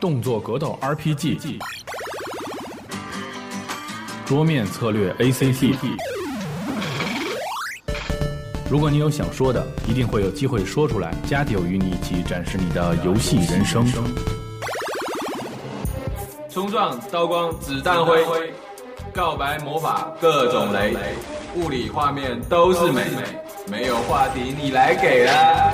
动作格斗 RPG， 桌面策略 ACT。如果你有想说的，一定会有机会说出来。加迪与你一起展示你的游戏人生。 冲撞、刀光、子弹灰，告白魔法各种雷，物理画面都是美，没有话题你来给啦。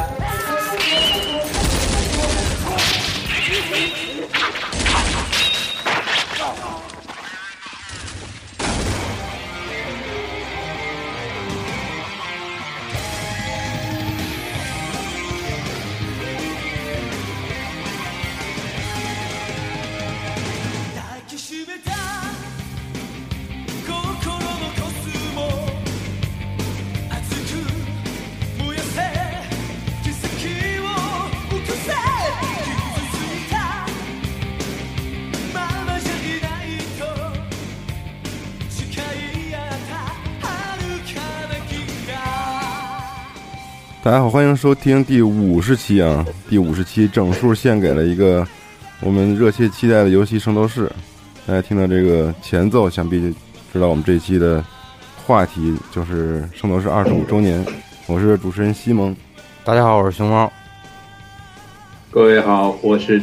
大家好，欢迎收听第50期啊！第50期整数献给了一个我们热切期待的游戏《圣斗士》。大家听到这个前奏，想必知道我们这一期的话题就是《圣斗士》25周年。我是主持人西蒙。 大家好，我是熊猫。 各位好，我是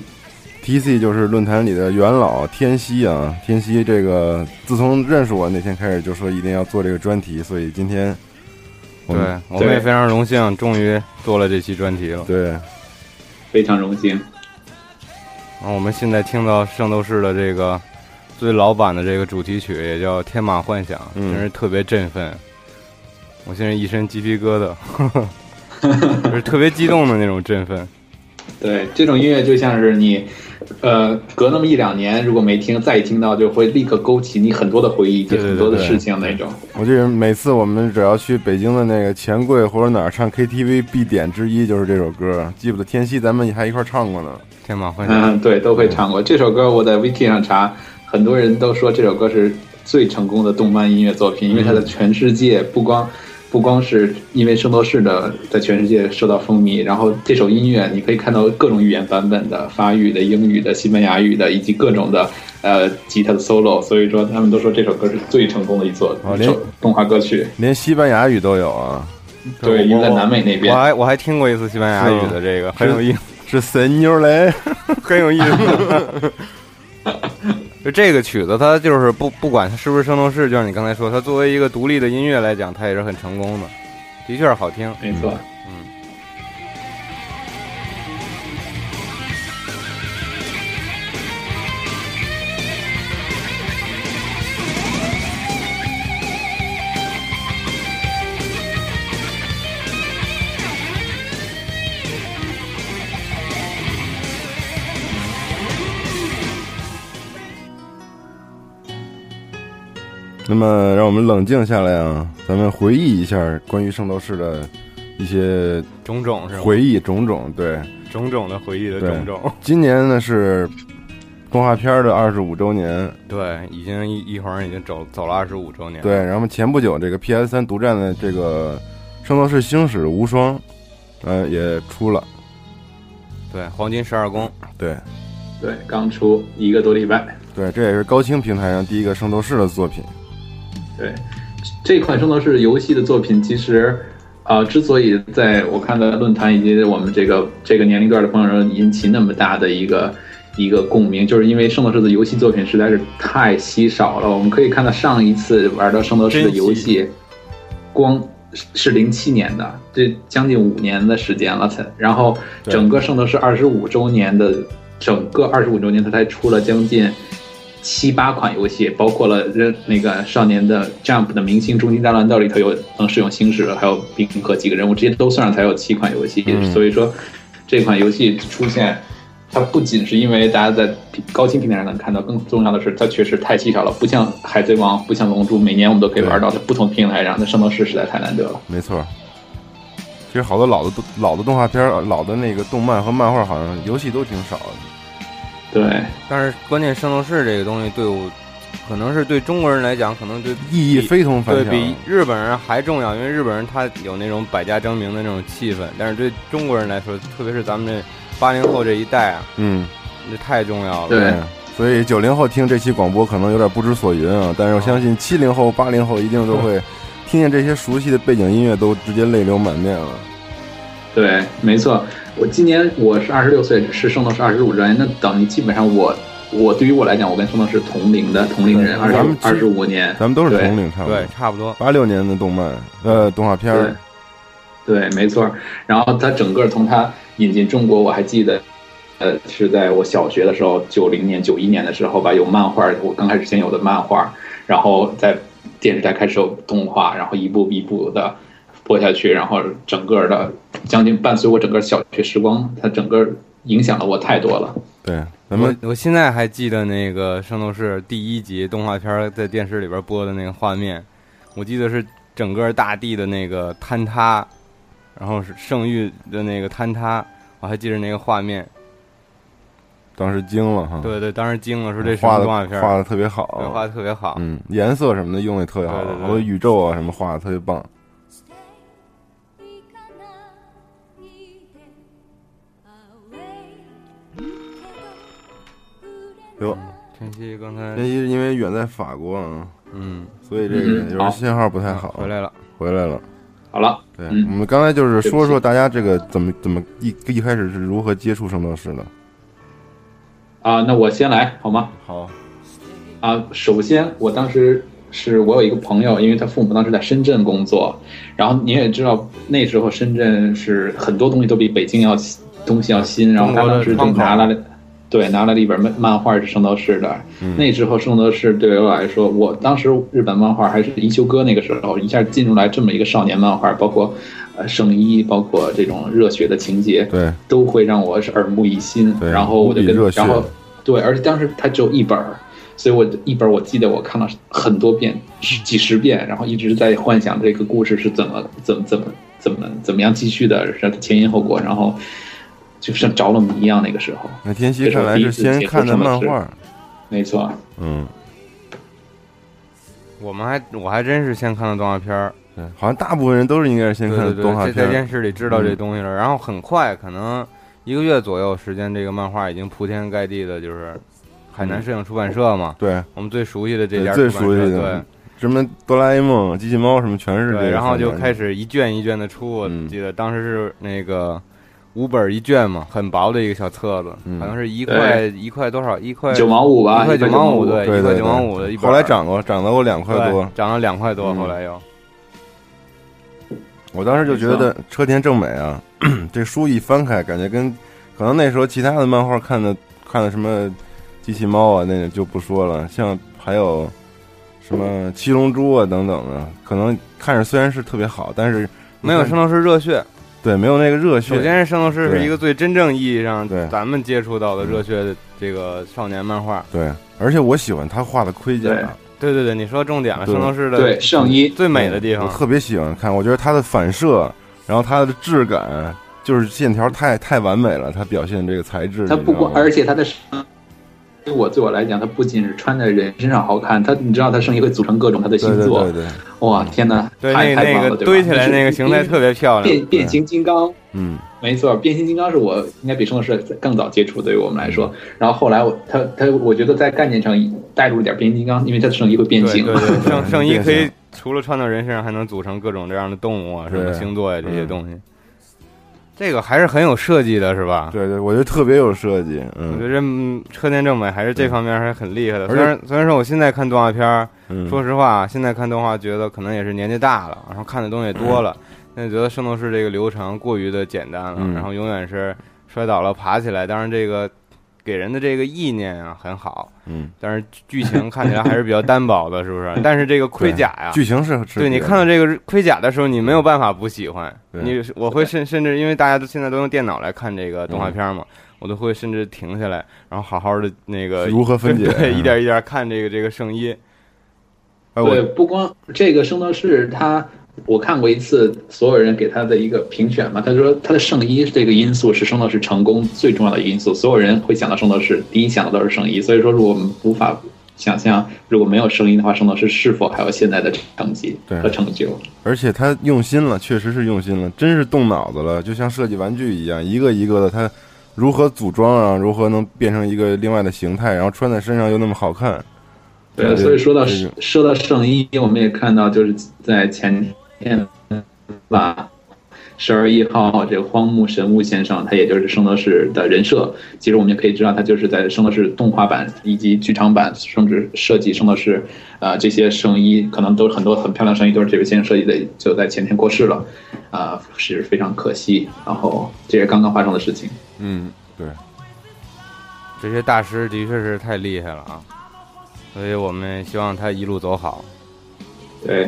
TC。TC 就是论坛里的元老天熙啊。天熙这个自从认识我那天开始就说一定要做这个专题，所以今天。 对，我们也非常荣幸，终于做了这期专题了。 对， 非常荣幸。 然后我们现在听到圣斗士的这个最老版的这个主题曲，也叫《天马幻想》，真是特别振奋。我现在一身鸡皮疙瘩，就是特别激动的那种振奋。 对，这种音乐就像是你，隔那么1-2年，如果没听，再一听到就会立刻勾起你很多的回忆，就很多的事情那种。 我记得每次我们只要去北京的那个钱柜或者哪儿唱 KTV 必点之一就是这首歌，记不得天熙咱们还一块唱过呢。 天马幻想， 对，都会唱过这首歌。我在 Wiki 上查，很多人都说这首歌是最成功的动漫音乐作品，因为它在全世界不光是因为圣斗士的在全世界受到风靡，然后这首音乐你可以看到各种语言版本的，法语的、英语的、西班牙语的，以及各种的吉他的 solo， 所以说他们都说这首歌是最成功的一作动画歌曲， 连西班牙语都有啊。 对，因为在南美那边。 我还听过一次西班牙语的，这个很有意思， 是神妞嘞， 很有意思。就这个曲子，它就是不管它是不是圣斗士，就像你刚才说，它作为一个独立的音乐来讲，它也是很成功的，的确是好听。 没错。 那么让我们冷静下来啊，咱们回忆一下关于圣斗士的一些种种是吧？ 回忆种种，对， 种种的回忆的种种。 今年呢是动画片的25周年， 对，已经一会儿已经走了25周年。 对，然后前不久这个 PS3 独占的这个圣斗士星矢无双，也出了。 对，黄金12宫。 对， 刚出1个多礼拜。 对，这也是高清平台上第一个圣斗士的作品。 对，这款圣斗士游戏的作品其实之所以在我看到论坛以及我们这个年龄段的朋友中引起那么大的一个共鸣，就是因为圣斗士的游戏作品实在是太稀少了。我们可以看到上一次玩到圣斗士的游戏光是07年的，这将近5年的时间了才，然后整个圣斗士25周年的整个25周年它才出了将近7-8款游戏，包括了那个少年的 Jump 的明星终极大乱斗里头有能使用星矢，还有冰河几个人物，这些都算上才有7款游戏。所以说这款游戏出现，它不仅是因为大家在高清平台上能看到，更重要的是它确实太稀少了，不像海贼王，不像龙珠，每年我们都可以玩到，在不同平台上，那圣斗士实在太难得了。 没错，其实好多老的动画片、老的那个动漫和漫画，好像游戏都挺少的。 对， 但是关键圣斗士这个东西对我，可能是对中国人来讲，可能对意义非同凡响， 对比日本人还重要，因为日本人他有那种百家争鸣的那种气氛，但是对中国人来说，特别是咱们这80后这一代啊， 这太重要了。 对， 所以90后听这期广播可能有点不知所云啊，但是我相信70后、80后一定都会听见这些熟悉的背景音乐，都直接泪流满面了。 对，没错。今年我是26岁，是圣斗士25周年，那等于基本上我对于我来讲，我跟圣斗士同龄人，25年， 咱们都是同龄，差不多。 对，差不多。 86年的动画片。 对，没错。然后它整个从它引进中国，我还记得，是在我小学的时候，90年、91年的时候吧，有漫画，我刚开始先有的漫画，然后在电视台开始有动画，然后一步一步的播下去，然后整个的将近伴随我整个小学时光，它整个影响了我太多了。 对， 我现在还记得那个《圣斗士》第1集动画片在电视里边播的那个画面，我记得是整个大地的那个坍塌，然后是圣域的那个坍塌，我还记得那个画面。 当时惊了哈， 对，当时惊了，说这是动画片， 画的特别好， 对，画的特别好， 颜色什么的用的特别好，好多宇宙啊什么画的特别棒。哟， 晨曦刚才因为远在法国啊，所以这个有时候信号不太好。 回来了， 好了。 对，我们刚才就是说大家这个怎么一开始是如何接触圣斗士的。 那我先来好吗？ 好。 首先我当时我有一个朋友，因为他父母当时在深圳工作，然后你也知道那时候深圳是很多东西都比北京东西要新，然后他当时就拿来了一本漫画是圣斗士的。那时候圣斗士对我来说，我当时日本漫画还是一休哥那个时候，一下进入来这么一个少年漫画，包括圣衣，包括这种热血的情节， 对， 都会让我是耳目一新。然后我就而且当时它只有一本，所以我记得我看了很多遍，几十遍，然后一直在幻想这个故事是怎么样继续的，是前因后果，然后就像着了迷一样。那个时候， 那天曦看来是先看的漫画， 没错。 我还真是先看的动画片， 对，好像大部分人都是应该是先看的动画片， 在电视里知道这东西了，然后很快，可能1个月左右时间，这个漫画已经铺天盖地的，就是海南摄影出版社嘛， 对， 我们最熟悉的这家最熟悉的， 对， 什么哆啦 A 梦、机器猫什么全是这个， 然后就开始一卷一卷的出。我记得当时是那个5本一卷嘛，很薄的一个小册子，好像是一块多少，1块 9毛5吧， 1块9毛5，对，1块9毛5的一本。 后来涨到过2块多， 涨了2块多，后来又。 我当时就觉得车田正美啊，这书一翻开，感觉可能那时候其他的漫画看的什么机器猫啊，那个就不说了，像还有什么七龙珠啊等等的，可能看着虽然是特别好，但是没有圣斗士热血。 对，没有那个热血。 首先是圣斗士是一个最真正意义上咱们接触到的热血的这个少年漫画。 对，而且我喜欢他画的盔甲。 对，你说重点了，圣斗士的对圣衣最美的地方， 我特别喜欢看。我觉得它的反射，然后它的质感，就是线条太完美了。它表现这个材质， 它不光，而且它的对我来讲，它不仅是穿在人身上好看，你知道它圣衣会组成各种它的星座， 对， 哇，天哪， 对， 太棒了， 堆起来那个形态特别漂亮。 变形金刚，没错，变形金刚是我应该比圣斗士更早接触，对于我们来说。然后后来我觉得在概念上带入一点变形金刚，因为它的圣衣会变形。 对，圣衣可以除了穿到人身上，还能组成各种这样的动物啊，什么星座呀这些东西。这个还是很有设计的，是吧？ 对，我觉得特别有设计。 我觉得车田正美还是这方面还是很厉害的。虽然说我现在看动画片，说实话，现在看动画觉得可能也是年纪大了，然后看的东西也多了，但觉得圣斗士这个流程过于的简单了，然后永远是摔倒了爬起来。当然，这个给人的这个意念啊很好，但是剧情看起来还是比较单薄的，是不是？但是这个盔甲呀， 剧情是对你看到这个盔甲的时候，你没有办法不喜欢。我会甚至因为大家现在都用电脑来看这个动画片嘛，我都会甚至停下来，然后好好的那个如何分解， 对，一点一点看这个圣衣。 对，不光这个圣斗士我看过一次所有人给他的一个评选嘛，他说他的圣衣这个因素是圣斗士成功最重要的一个因素，所有人会想到圣斗士，第一想到都是圣衣，所以说如果我们无法想象如果没有圣衣的话，圣斗士是否还有现在的成绩和成就。 而且他用心了，确实是用心了，真是动脑子了，就像设计玩具一样，一个一个的他如何组装啊，如何能变成一个另外的形态，然后穿在身上又那么好看。 对，所以说到圣衣，我们也看到就是在前天吧。12月1号，这个荒木神武先生，他也就是圣斗士的人设。其实我们也可以知道，他就是在圣斗士动画版以及剧场版，甚至设计圣斗士这些圣衣，可能都很多很漂亮圣衣都是这位先生设计的，就在前天过世了，是非常可惜。然后这也刚刚发生的事情。 对， 这些大师的确是太厉害了啊，所以我们希望他一路走好。 对。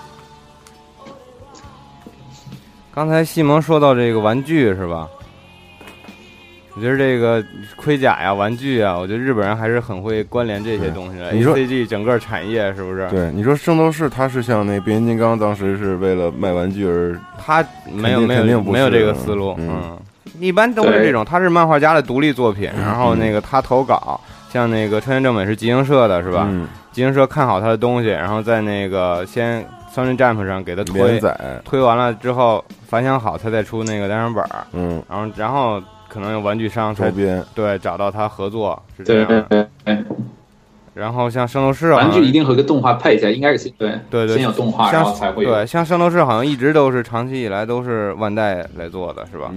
刚才西蒙说到这个玩具是吧？我觉得这个盔甲呀、玩具啊，我觉得日本人还是很会关联这些东西的。ACG 整个产业是不是？ 对，你说圣斗士他是像那变形金刚当时是为了卖玩具而， 他没有这个思路。一般都是这种，他是漫画家的独立作品，然后那个他投稿，像那个川原正美是集英社的是吧？集英社看好他的东西，然后在那个先Shonen Jump上给他推完了之后反响好，他再出那个单行本。然后可能有玩具商周边对找到他合作是这样的。 对。 然后像圣斗士玩具一定和一个动画配起来，应该是对先有动画，然后才会有。 对，像圣斗士好像一直都是长期以来都是万代来做的，是吧？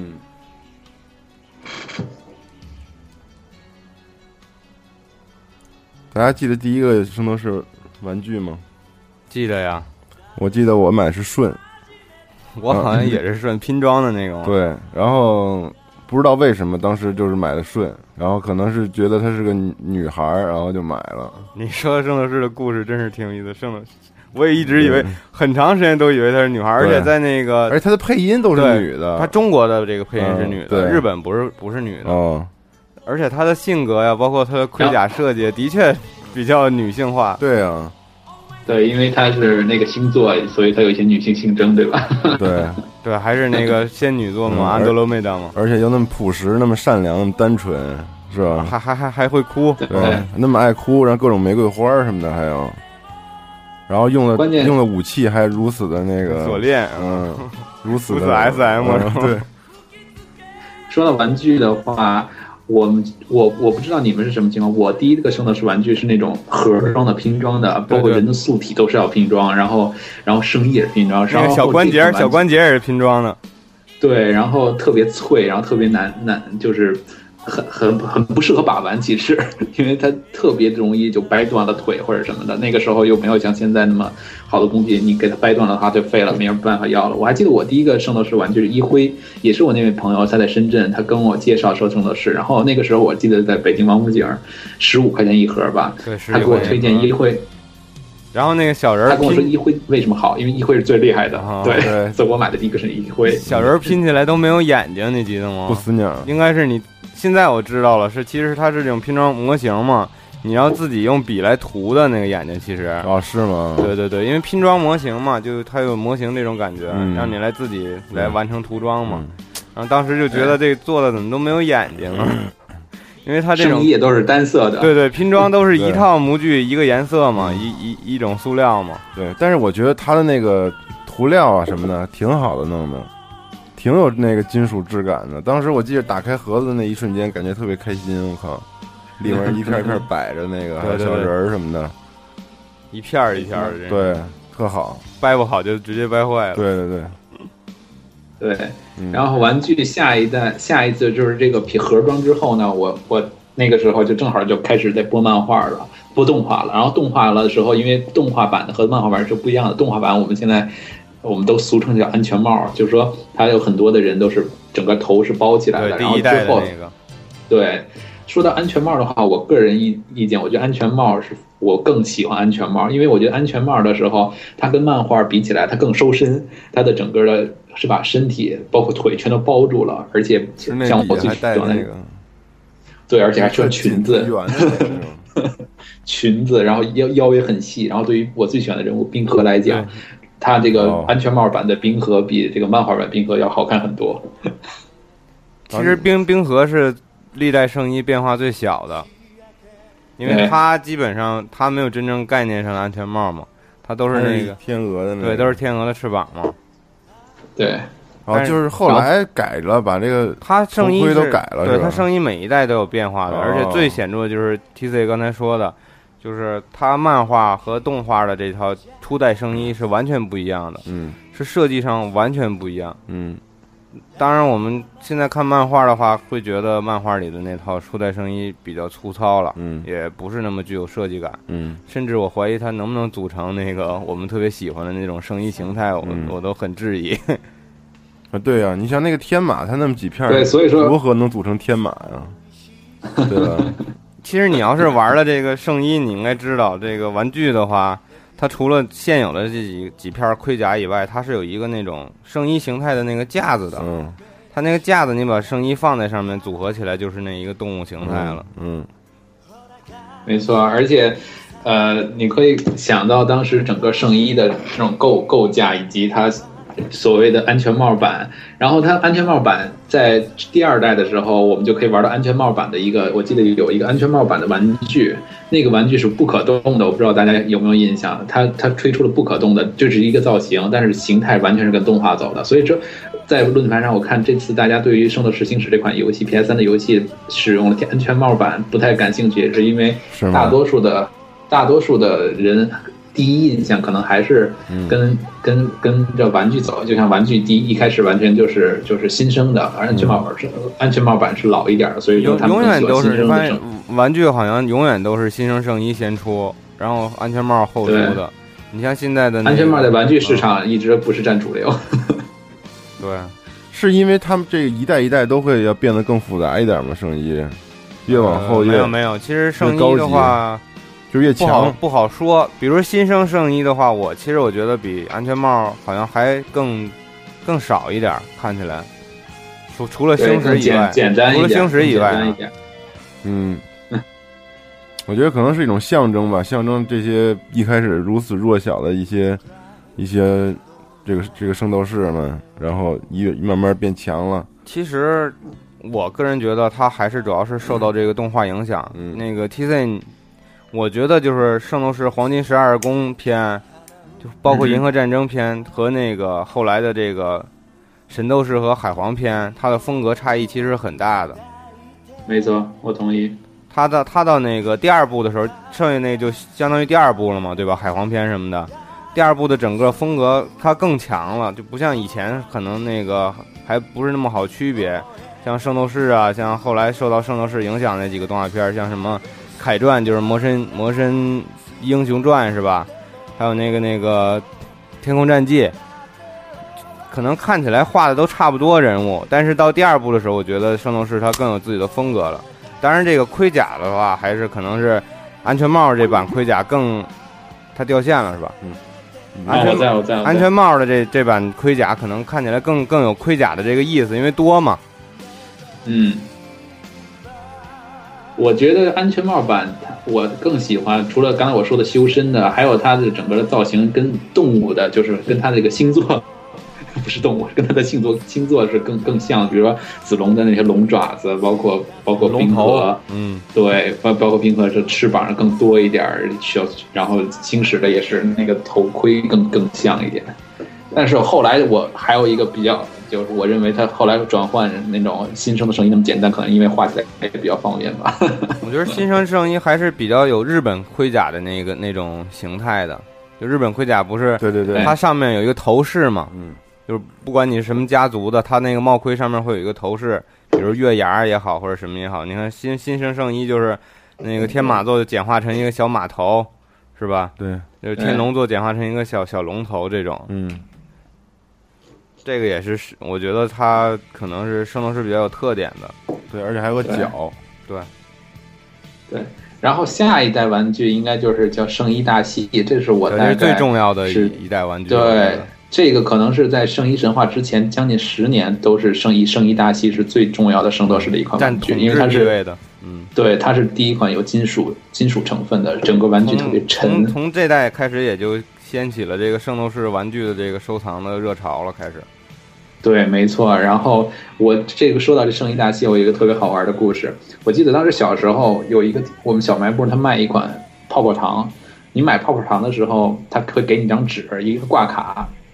大家记得第一个圣斗士玩具吗？ 记得呀。 我记得我买是顺， 我好像也是顺拼装的那种。 对，然后不知道为什么当时就是买的顺，然后可能是觉得她是个女孩，然后就买了。 你说圣斗士的故事真是挺有意思，圣斗士我也一直以为很长时间都以为她是女孩，而且在那个， 而且她的配音都是女的。 她中国的这个配音是女的，日本不是女的。而且她的性格呀，包括她的盔甲设计，的确比较女性化。 对啊。 对，因为她是那个星座，所以她有一些女性性征，对吧？ 对， 还是那个仙女座嘛，安德罗梅达嘛。 而且又那么朴实，那么善良，那么单纯，是吧？ 还会哭， 对，那么爱哭，然后各种玫瑰花什么的还有，然后用的武器还如此的那个锁链， 如此的 SM， 对。 说到玩具的话。我不知道你们是什么情况。我第一个圣斗士玩具是那种盒装的拼装的，包括人的素体都是要拼装，然后圣衣也是拼装，然后小关节也是拼装的。 对，然后特别脆，然后特别难，就是很不适合把玩，其实因为它特别容易就掰断了腿或者什么的。那个时候又没有像现在那么好的工具，你给它掰断了它就废了，没有办法要了。我还记得我第一个圣斗士玩具是一辉，也是我那位朋友，他在深圳，他跟我介绍说圣斗士，然后那个时候我记得在北京王府井15块钱一盒吧，他给我推荐一辉。 然后那个小人， 他跟我说一辉为什么好，因为一辉是最厉害的。对，所以我买的第一个是一辉。 小人拼起来都没有眼睛，你记得吗？ 不死鸟， 应该是你。现在我知道了，其实它是这种拼装模型嘛，你要自己用笔来涂的那个眼睛，其实是吗？ 对，因为拼装模型嘛，就它有模型这种感觉，让你来自己来完成涂装嘛。然后当时就觉得这做的怎么都没有眼睛啊，因为它这种也都是单色的。 对，拼装都是一套模具一个颜色嘛，一种塑料嘛。 对，但是我觉得它的那个涂料啊什么的挺好的弄的。挺有那个金属质感的，当时我记得打开盒子的那一瞬间，感觉特别开心。我靠，里面一片一片摆着那个还有小人什么的， 一片一片的， 对，特好。 掰不好就直接掰坏了。 对。然后玩具下一次就是这个盒装之后呢，我那个时候就正好就开始在播漫画了，播动画了。然后动画了的时候，因为动画版的和漫画版是不一样的，动画版我们都俗称叫安全帽，就是说它有很多的人都是整个头是包起来的，然后之后对，说到安全帽的话，我个人意见，我觉得安全帽是我更喜欢安全帽，因为我觉得安全帽的时候，它跟漫画比起来，它更收身，它的整个的是把身体包括腿全都包住了，而且像我最喜欢那个，对，而且还穿裙子，裙子，然后腰也很细，然后对于我最喜欢的人物冰河来讲。它这个安全帽版的冰河比这个漫画版冰河要好看很多。 其实冰河是历代圣衣变化最小的，因为它基本上它没有真正概念上的安全帽嘛，它都是那个天鹅的那个， 对，都是天鹅的翅膀嘛。 对， 哦，就是后来改了，把这个它圣衣都改了， 对，它圣衣每一代都有变化的，而且最显著的就是 TC 刚才说的，就是它漫画和动画的这套初代圣衣是完全不一样的，是设计上完全不一样，当然我们现在看漫画的话，会觉得漫画里的那套初代圣衣比较粗糙了，也不是那么具有设计感，甚至我怀疑它能不能组成那个我们特别喜欢的那种圣衣形态，我都很质疑。 啊，对呀，你像那个天马，它那么几片， 对，所以说如何能组成天马呀？对吧？ 其实你要是玩了这个圣衣，你应该知道，这个玩具的话，它除了现有的这几片盔甲以外，它是有一个那种圣衣形态的那个架子的。它那个架子，你把圣衣放在上面，组合起来就是那一个动物形态了。 没错，而且，你可以想到当时整个圣衣的这种构架以及它所谓的安全帽版，然后它安全帽版在第2代的时候，我们就可以玩到安全帽版的一个，我记得有一个安全帽版的玩具，那个玩具是不可动的，我不知道大家有没有印象？它推出了不可动的，就是一个造型，但是形态完全是跟动画走的，所以这在论坛上我看这次大家对于《圣斗士星矢》这款游戏 PS3 的游戏使用了安全帽版不太感兴趣，也是因为大多数的人。第一印象可能还是跟着玩具走，就像玩具一开始完全就是新生的，而安全帽版是老一点的，所以他们永远都是发现玩具好像永远都是新生圣衣先出，然后安全帽后出的。你像现在的安全帽在玩具市场一直不是占主流。 对， 是因为他们这一代一代都会要变得更复杂一点吗？圣衣越往后越没有，其实圣衣的话。 就越强不好说，比如新生圣衣的话，其实我觉得比安全帽好像还更少一点，看起来，除了星矢以外，除了星矢以外， 我觉得可能是一种象征吧，象征这些一开始如此弱小的一些这个圣斗士们，然后慢慢变强了。 其实我个人觉得它还是主要是受到这个动画影响，那个 TC。我觉得就是《圣斗士黄金12宫篇》，就包括银河战争篇和那个后来的这个神斗士和海皇篇，它的风格差异其实很大的。 没错，我同意。 他到那个第2部的时候，剩下那就相当于第2部了嘛，对吧？海皇篇什么的，第2部的整个风格它更强了，就不像以前可能那个还不是那么好区别。像圣斗士啊，像后来受到圣斗士影响那几个动画片，像什么。凯传就是魔神英雄传是吧？还有那个天空战记，可能看起来画的都差不多人物，但是到第2部的时候，我觉得圣斗士它更有自己的风格了。当然，这个盔甲的话，还是可能是安全帽这版盔甲它掉线了是吧？安全帽的这版盔甲可能看起来更有盔甲的这个意思，因为多嘛。 我觉得安全帽版我更喜欢，除了刚才我说的修身的，还有它的整个的造型跟动物的，就是跟它这个星座不是动物，跟它的星座是更像，比如说子龙的那些龙爪子，包括冰河，对，包括冰河是翅膀上更多一点，然后星矢的也是那个头盔更像一点。但是后来我还有一个比较，就是我认为他后来转换那种新生的圣衣那么简单，可能因为画起来也比较方便吧。 我觉得新生圣衣还是比较有日本盔甲的那种形态的，就日本盔甲不是， 对， 它上面有一个头饰嘛，就是不管你是什么家族的，它那个帽盔上面会有一个头饰，比如月牙也好或者什么也好。你看新生圣衣就是那个天马座简化成一个小马头，是吧？ 对， 就是天龙座简化成一个小龙头这种，这个也是，我觉得它可能是圣斗士比较有特点的。 对，而且还有个角。 对。然后下一代玩具应该就是叫圣衣大系，这是我大概最重要的一代玩具。 对，这个可能是在圣衣神话之前将近10年都是圣衣大系是最重要的圣斗士的一款玩具，因为它是对，它是第一款有金属成分的，整个玩具特别沉。 从这代开始也就掀起了这个圣斗士玩具的这个收藏的热潮了，开始。 对，没错。然后我这个说到这圣衣大系，我有一个特别好玩的故事。我记得当时小时候有一个我们小卖部，他卖一款泡泡糖。你买泡泡糖的时候，他会给你一张纸，一个挂卡。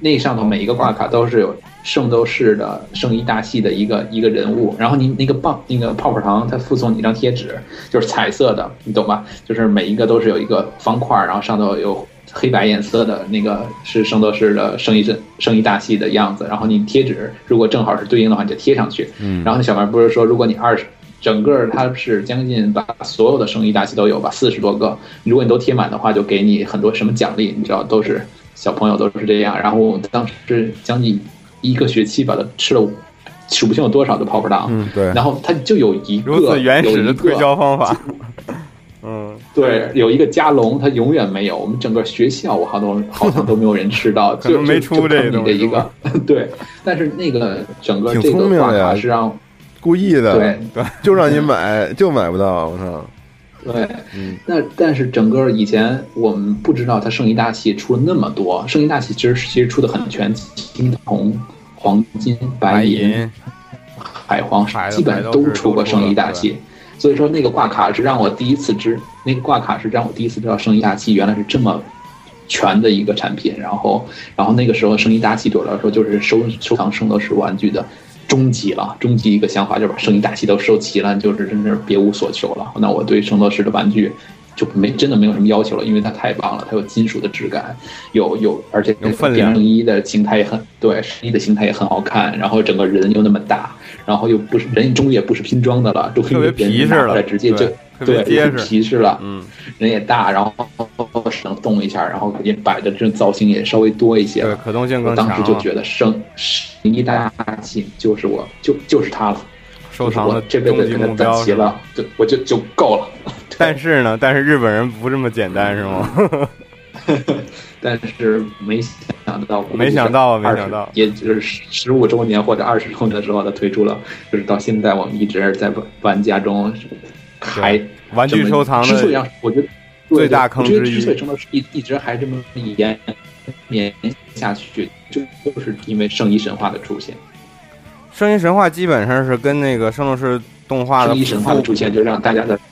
那上头每一个挂卡都是有圣斗士的圣衣大系的一个人物，然后你那个泡泡糖它附送你一张贴纸，就是彩色的，你懂吧？就是每一个都是有一个方块，然后上头有黑白颜色的那个是圣斗士的圣衣大系的样子，然后你贴纸如果正好是对应的话，你就贴上去。然后那小白不是说，如果你整个它是将近把所有的圣衣大系都有吧，40多个，如果你都贴满的话，就给你很多什么奖励，你知道，都是小朋友都是这样。然后我们当时将近1个学期把它吃了数不清有多少的泡泡糖， 对。 然后它就有一个如此原始的推销方法。 对，有一个加龙，它永远没有。我们整个学校，我好像都没有人吃到， 可能没出这个一个。对，但是那个整个这个挂卡是让故意的， 对， 就让你买，就买不到，我操。 对，但是整个以前我们不知道它圣衣大系出了那么多，圣衣大系其实出的很全，青铜、黄金、白银、海皇基本上都出过圣衣大系。所以说那个挂卡是让我第一次知道圣衣大系原来是这么全的一个产品。然后那个时候圣衣大系对我来说就是收藏圣斗士玩具的终极一个想法，就是把圣衣大系都收齐了，就是真是别无所求了。那我对圣斗士的玩具就真的没有什么要求了，因为它太棒了，它有金属的质感，而且圣衣的形态也很对，圣衣的形态也很好看，然后整个人又那么大，然后又不是人终于也不是拼装的了，终于人拿过来直接就对皮实了，人也大，然后能动一下，然后也摆的这种造型也稍微多一些了， 对，可动性更强。 当时就觉得圣衣大系就是就是它了， 收藏的这辈子给它攒齐了，我就够了。 但是日本人不这么简单，是吗？ 但是没想到，也就是15周年或者20周年的时候，他推出了，就是到现在我们一直在玩家中还玩具收藏的， 之所以让我觉得最大坑之一， 之所以圣斗士一直还这么延下去，就是因为圣衣神话的出现。 圣衣神话基本上是跟那个圣斗士动画的圣衣神话的出现，就让大家的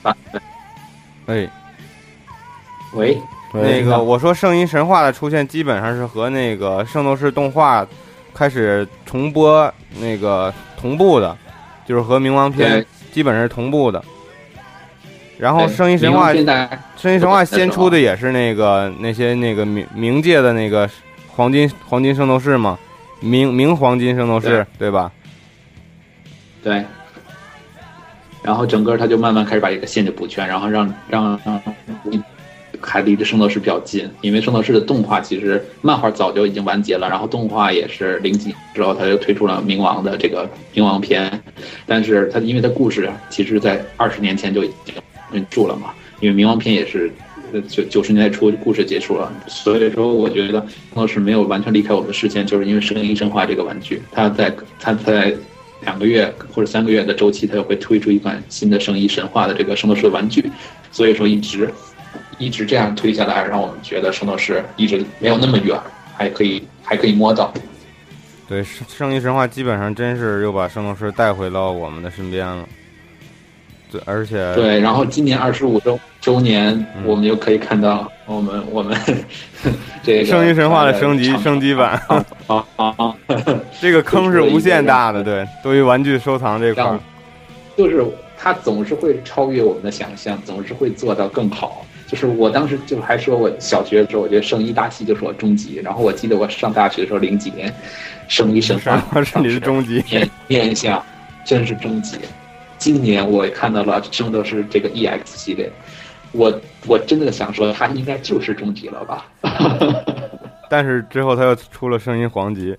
喂， 那个我说圣衣神话的出现基本上是和那个圣斗士动画开始重播那个同步的，就是和冥王篇基本上是同步的。然后圣衣神话先出的也是那些冥界的那个黄金圣斗士嘛，冥黄金圣斗士，对吧？ 对。然后整个他就慢慢开始把这个线就补全，然后让还离着圣斗士比较近，因为圣斗士的动画其实漫画早就已经完结了，然后动画也是0几年之后他就推出了冥王的这个冥王篇，但是他因为他故事其实在20年前就已经住了嘛，因为冥王篇也是90年代初故事结束了，所以说我觉得圣斗士没有完全离开我们的视线，就是因为圣衣神话这个玩具，他在2个月或者3个月的周期，他就会推出一款新的圣衣神话的这个圣斗士的玩具，所以说一直这样推下来，让我们觉得圣斗士一直没有那么远，还可以摸到。 对，圣衣神话基本上真是又把圣斗士带回到我们的身边了。对，而且对，然后今年25周年，我们就可以看到我们这个圣衣神话的升级版。这个坑是无限大的，对，对于玩具收藏这块， 就是它总是会超越我们的想象，总是会做到更好。就是我当时就还说，我小学的时候，我觉得圣衣大系就是我终极。然后我记得我上大学的时候，0几年，圣衣神话是你的终极面向，真是终极。今年我看到了圣斗士这个 EX 系列，我真的想说，它应该就是终极了吧？ 但是之后他又出了圣衣黄级。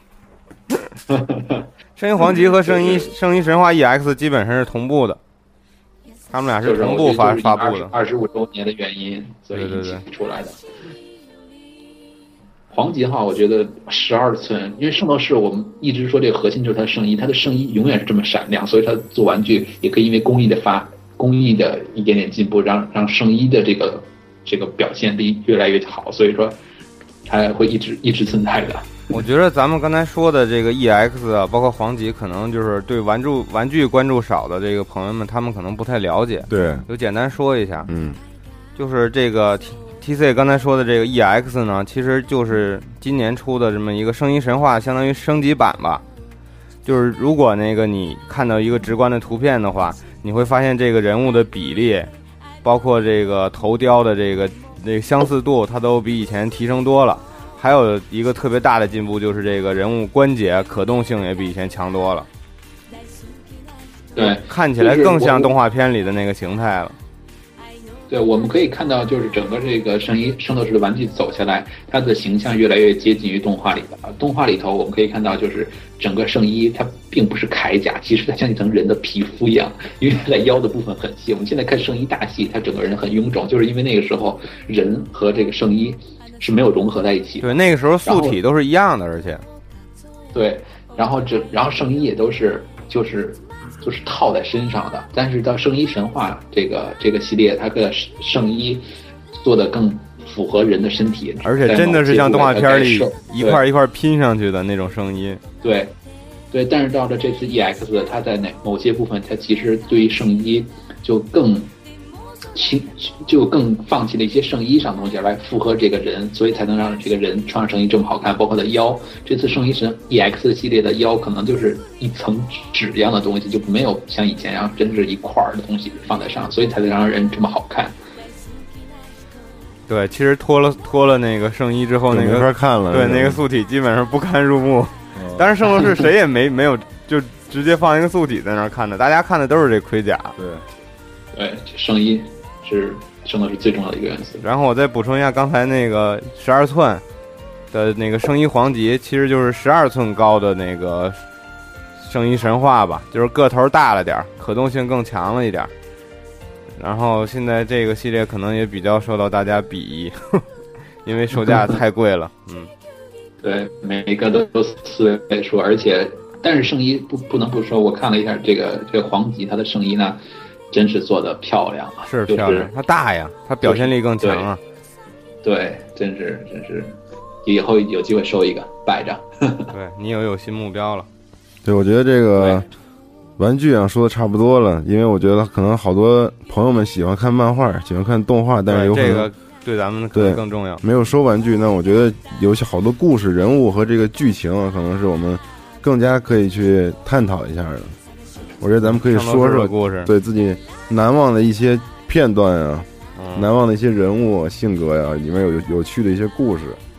圣衣黄级和圣衣神话 EX 基本上是同步的，他们俩是同步发布的。 25周年的原因，所以一起出来的。黄级号我觉得12寸，因为圣斗士我们一直说这个核心就是它的圣衣，它的圣衣永远是这么闪亮，所以它做玩具也可以因为工艺的一点点进步，让圣衣的这个表现力越来越好，所以说它会一直存在的。 我觉得咱们刚才说的这个 EX 啊，包括黄级，可能就是对玩具关注少的这个朋友们，他们可能不太了解。 对， 就简单说一下，就是这个 TC 刚才说的这个 EX 呢，其实就是今年出的这么一个声音神话，相当于升级版吧。就是如果那个你看到一个直观的图片的话，你会发现这个人物的比例，包括这个头雕的这个相似度，它都比以前提升多了。还有一个特别大的进步就是这个人物关节可动性也比以前强多了。 对， 看起来更像动画片里的那个形态了。 对，我们可以看到，就是整个这个圣斗士的玩具走下来，它的形象越来越接近于动画里的。动画里头，我们可以看到，就是整个圣衣它并不是铠甲，其实它像一层人的皮肤一样，因为它在腰的部分很细。我们现在看圣衣大戏，它整个人很臃肿，就是因为那个时候人和这个圣衣是没有融合在一起的。 对，那个时候素体都是一样的，而且对，然后圣衣也都是就是套在身上的，但是到圣衣神话这个系列，它的圣衣做的更符合人的身体， 而且真的是像动画片里一块一块拼上去的那种圣衣。 对，对，但是到了这次 EX， 它在某些部分，它其实对于圣衣就更放弃了一些圣衣上的东西来符合这个人，所以才能让这个人穿上圣衣这么好看。包括他的腰，这次圣衣神 EX 系列的腰可能就是一层纸一样的东西，就没有像以前一样真是一块的东西放在上，所以才能让人这么好看。 对，其实脱了那个圣衣之后，那个没法看了。 对，那个素体基本上不堪入目。当然，圣斗士谁也没有就直接放一个素体在那儿看的，大家看的都是这盔甲。 对，圣衣是圣斗士最重要的一个元素。 然后我再补充一下，刚才那个12寸的那个圣衣黄级，其实就是12寸高的那个圣衣神话吧，就是个头大了点，可动性更强了一点。然后现在这个系列可能也比较受到大家鄙夷，因为售价太贵了。 对，每一个都4位数，但是圣衣不能不说，我看了一下这个黄级，它的圣衣呢，真是做的漂亮啊， 是漂亮，它大呀，它表现力更强啊。 对，真是，以后有机会收一个摆着。 对，你有新目标了。 对，我觉得这个玩具啊说的差不多了，因为我觉得可能好多朋友们喜欢看漫画，喜欢看动画，但是有可能这个对咱们可能更重要。 没有收玩具，那我觉得有好多故事、人物和这个剧情啊，可能是我们更加可以去探讨一下的。我觉得咱们可以说说故事， 对自己难忘的一些片段啊，难忘的一些人物性格呀，里面有趣的一些故事。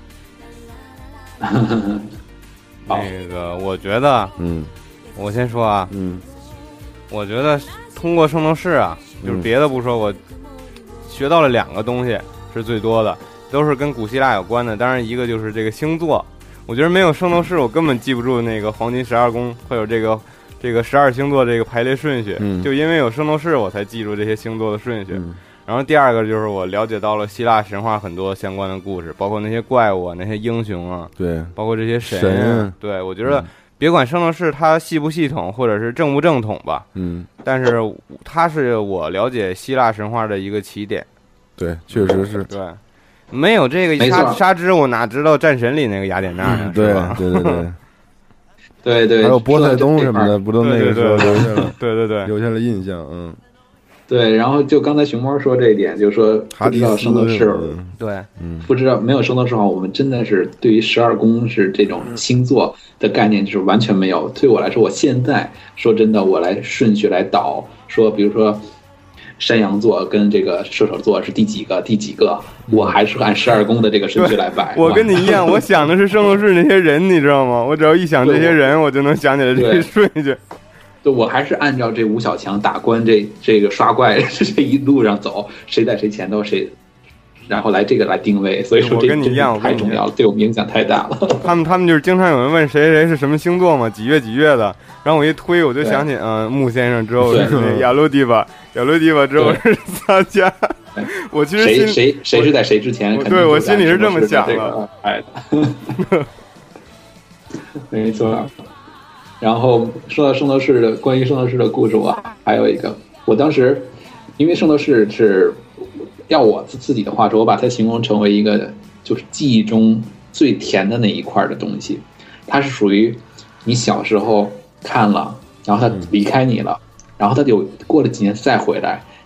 那个，我觉得，我先说啊，我觉得通过圣斗士啊，就是别的不说，我学到了2个东西是最多的，都是跟古希腊有关的。当然，一个就是这个星座，我觉得没有圣斗士，我根本记不住那个黄金12宫会有这个12星座这个排列顺序，就因为有圣斗士，我才记住这些星座的顺序。然后第二个就是我了解到了希腊神话很多相关的故事，包括那些怪物啊，那些英雄啊， 对， 包括这些神。对，我觉得别管圣斗士它系不系统，或者是正不正统吧，但是它是我了解希腊神话的一个起点。 对，确实是。 对，没有这个沙之，我哪知道战神里那个雅典娜呢？ 对， 对对， 还有波塞冬什么的，不都那个时候留下了？ 对， 留下了印象。 对，然后就刚才熊猫说这一点，就是说不知道圣斗士， 对， 不知道没有圣斗士的话，我们真的是对于12宫是这种星座的概念就是完全没有。对我来说，我现在说真的，我来顺序来导，说比如说山羊座跟这个射手座是第几个，我还是按12宫的这个顺序来摆。 我跟你一样，我想的是圣斗士那些人，你知道吗？我只要一想这些人，我就能想起来这个顺序。 对，我还是按照这吴小强打关这个刷怪这一路上走，谁在谁前头谁，然后来定位，所以说这太重要了，对我们影响太大了。 他们就是经常有人问谁是什么星座嘛，几月的，然后我一推我就想起木先生之后是亚路迪巴之后是撒迦，我其实谁是在谁之前， 对我心里是这么想的， 没错。然后说到关于圣斗士的故事，我还有一个，我当时因为圣斗士是要我自己的话说，我把它形容成为一个就是记忆中最甜的那一块的东西，它是属于你小时候看了，然后它离开你了，然后它有过了几年再回来，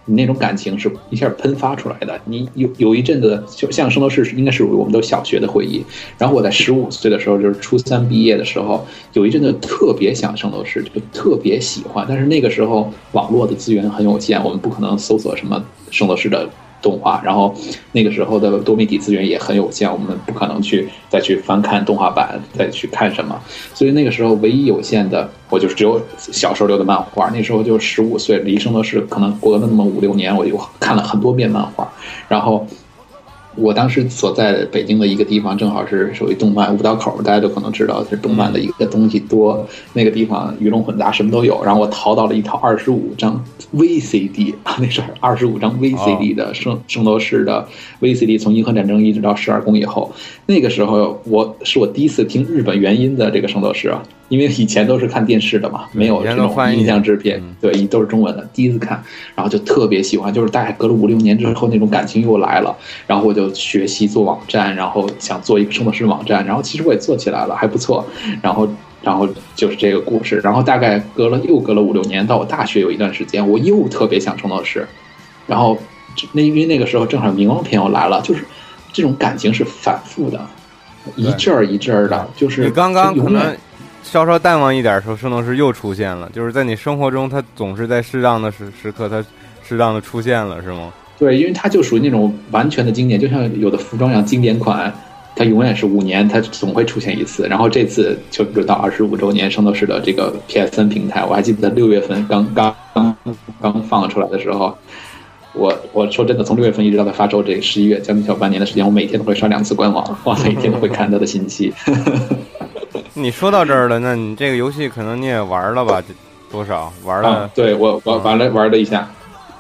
你那种感情是一下喷发出来的。你有一阵子，就像圣斗士应该是我们都小学的回忆。然后我在15岁的时候，就是初3毕业的时候，有一阵子特别想圣斗士，就特别喜欢。但是那个时候网络的资源很有限，我们不可能搜索什么圣斗士的动画，然后那个时候的多媒体资源也很有限，我们不可能再去翻看动画版，再去看什么。所以那个时候唯一有限的，我就是只有小时候留的漫画。那时候就15岁，离圣斗士可能过了那么5-6年，我就看了很多遍漫画。然后我当时所在北京的一个地方，正好是属于动漫五道口，大家都可能知道是动漫的一个东西多，那个地方鱼龙混杂，什么都有。然后我淘到了一套25张 VCD 啊，那是25张 VCD 的圣斗士的 VCD， 从银河战争一直到12宫以后。那个时候我第一次听日本原音的这个圣斗士啊，因为以前都是看电视的嘛，没有这种音像制片，对，都是中文的。第一次看，然后就特别喜欢，就是大概隔了5-6年之后，那种感情又来了。然后我就学习做网站，然后想做一个圣斗士网站，然后其实我也做起来了，还不错。然后就是这个故事。然后大概又隔了5-6年，到我大学有一段时间，我又特别想圣斗士。然后因为那个时候正好冥王篇又来了，就是这种感情是反复的，一阵儿一阵儿的，就是你刚刚可能稍稍淡忘一点的时候，圣斗士又出现了，就是在你生活中，它总是在适当的时刻，它适当的出现了，是吗？ 对，因为它就属于那种完全的经典，就像有的服装一样，经典款，它永远是5年，它总会出现一次。然后这次就轮到25周年圣斗士的这个 PS3 平台，我还记得6月份刚放出来的时候，我说真的，从6月份一直到它发售这11月，将近小半年的时间，我每天都会刷2次官网，我每天都会看它的信息。 你说到这儿了，那你这个游戏可能你也玩了吧？多少玩了？ 啊、对我玩了一下。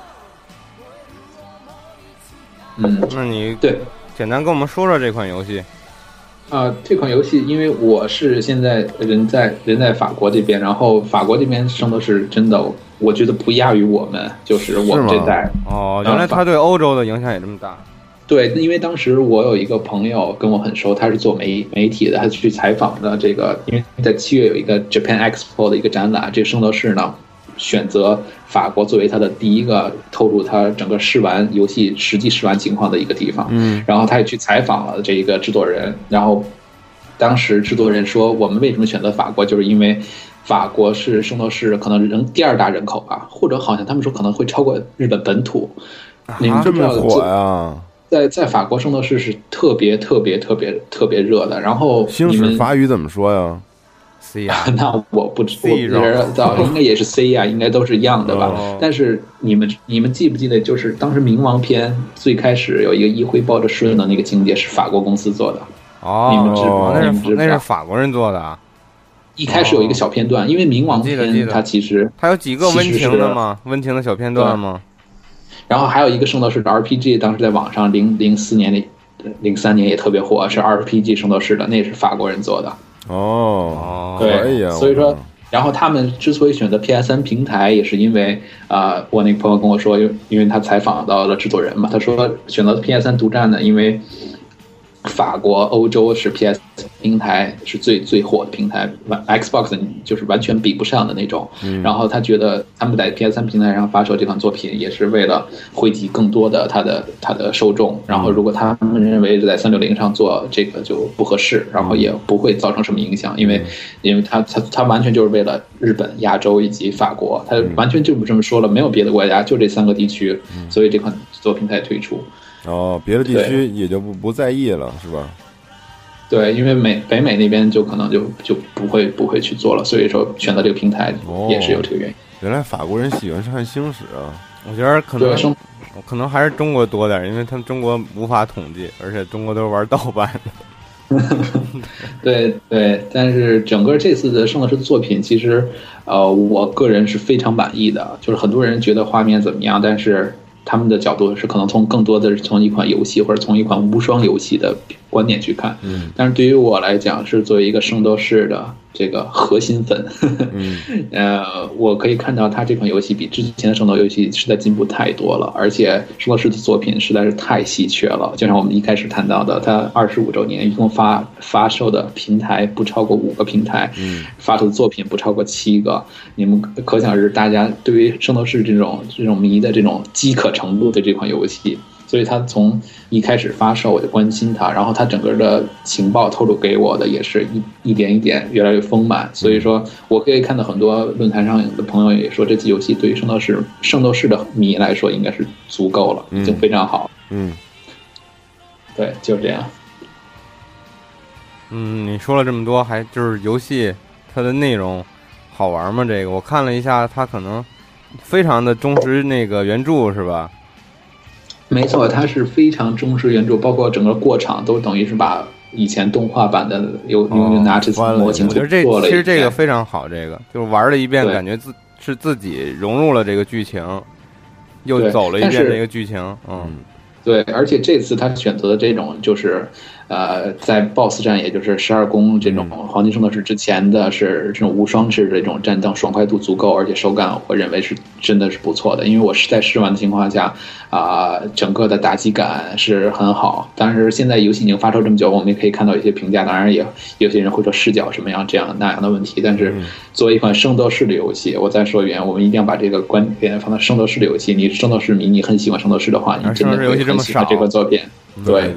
那你对简单跟我们说说这款游戏。 这款游戏，因为我是现在人在法国这边，然后法国这边圣斗士真的，我觉得不亚于我们，就是我们这代。 哦，原来他对欧洲的影响也这么大。 对，因为当时我有一个朋友跟我很熟，他是做媒体的，他去采访的这个，因为在7月有一个 Japan Expo 的一个展览，这个圣斗士呢选择法国作为他的第一个透露他整个游戏实际试玩情况的一个地方。然后他也去采访了这一个制作人，然后当时制作人说，我们为什么选择法国，就是因为法国是圣斗士可能第2大人口吧，或者好像他们说可能会超过日本本土。你们这么火呀？ 在法国圣斗士是特别热的。然后星矢法语怎么说呀 ？C 呀， 那我不知道，应该也是 C 呀，应该都是一样的吧。但是你们记不记得，就是当时冥王篇最开始有一个一辉抱着顺的那个情节是法国公司做的。 哦， 你们知道？ 那是法国人做的啊。 一开始有一个小片段，因为冥王篇它其实它有几个温情的吗？温情的小片段吗？ 然后还有一个圣斗士的 RPG， 当时在网上03年也特别火，是 RPG 圣斗士的，那也是法国人做的。对，所以说，然后他们之所以选择 PS3 平台，也是因为我那个朋友跟我说，因为他采访到了制作人嘛，他说选择 PS3 独占呢，因为法国、欧洲是 PS 平台是最火的平台 ，Xbox 就是完全比不上的那种。然后他觉得他们在 PS3 平台上发售这款作品，也是为了汇集更多的他的受众。然后如果他们认为在360上做这个就不合适，然后也不会造成什么影响，因为他完全就是为了日本、亚洲以及法国，他完全就这么说了，没有别的国家，就这3个地区，所以这款作品才推出。 别的地区也就不在意了，是吧？ 对，因为北美那边就可能就不会去做了，所以说选择这个平台也是有这个原因。 原来法国人喜欢看星矢啊！ 我觉得可能还是中国多点，因为他们中国无法统计，而且中国都是玩盗版的。 对，但是整个这次的圣斗士的作品，其实我个人是非常满意的。就是很多人觉得画面怎么样，但是他们的角度是可能更多的是从一款游戏或者从一款无双游戏的观点去看。但是对于我来讲，是作为一个圣斗士的这个核心粉，我可以看到他这款游戏比之前的圣斗游戏实在进步太多了，而且圣斗士的作品实在是太稀缺了。就像我们一开始谈到的，它25周年一共发售的平台不超过5个平台，发售的作品不超过7个，你们可想而知，大家对于圣斗士这种迷的这种饥渴程度的这款游戏。所以他从一开始发售我就关心他，然后他整个的情报透露给我的也是一点一点越来越丰满。所以说我可以看到很多论坛上的朋友也说，这次游戏对于圣斗士的迷来说应该是足够了，已经非常好。对，就是这样。 你说了这么多，还就是游戏它的内容好玩吗？这个我看了一下，它可能非常的忠实那个原著，是吧？ 没错，它是非常忠实原著，包括整个过场都等于是把以前动画版的有拿这次模型做了一遍。 其实这个非常好，这个就是玩了一遍，感觉自己融入了这个剧情，又走了一遍这个剧情。 对，而且这次他选择的这种就是在 BOSS 战，也就是12宫这种黄金圣斗士之前的是这种无双制的这种战斗，爽快度足够，而且手感我认为是真的是不错的。因为我是在试玩的情况下整个的打击感是很好。但是现在游戏已经发售这么久，我们也可以看到一些评价，当然也有些人会说视角什么样这样那样的问题。但是作为一款圣斗士的游戏，我再说一遍，我们一定要把这个观点放到圣斗士的游戏。你是圣斗士迷，你很喜欢圣斗士的话，你真的会很喜欢这款作品。 对。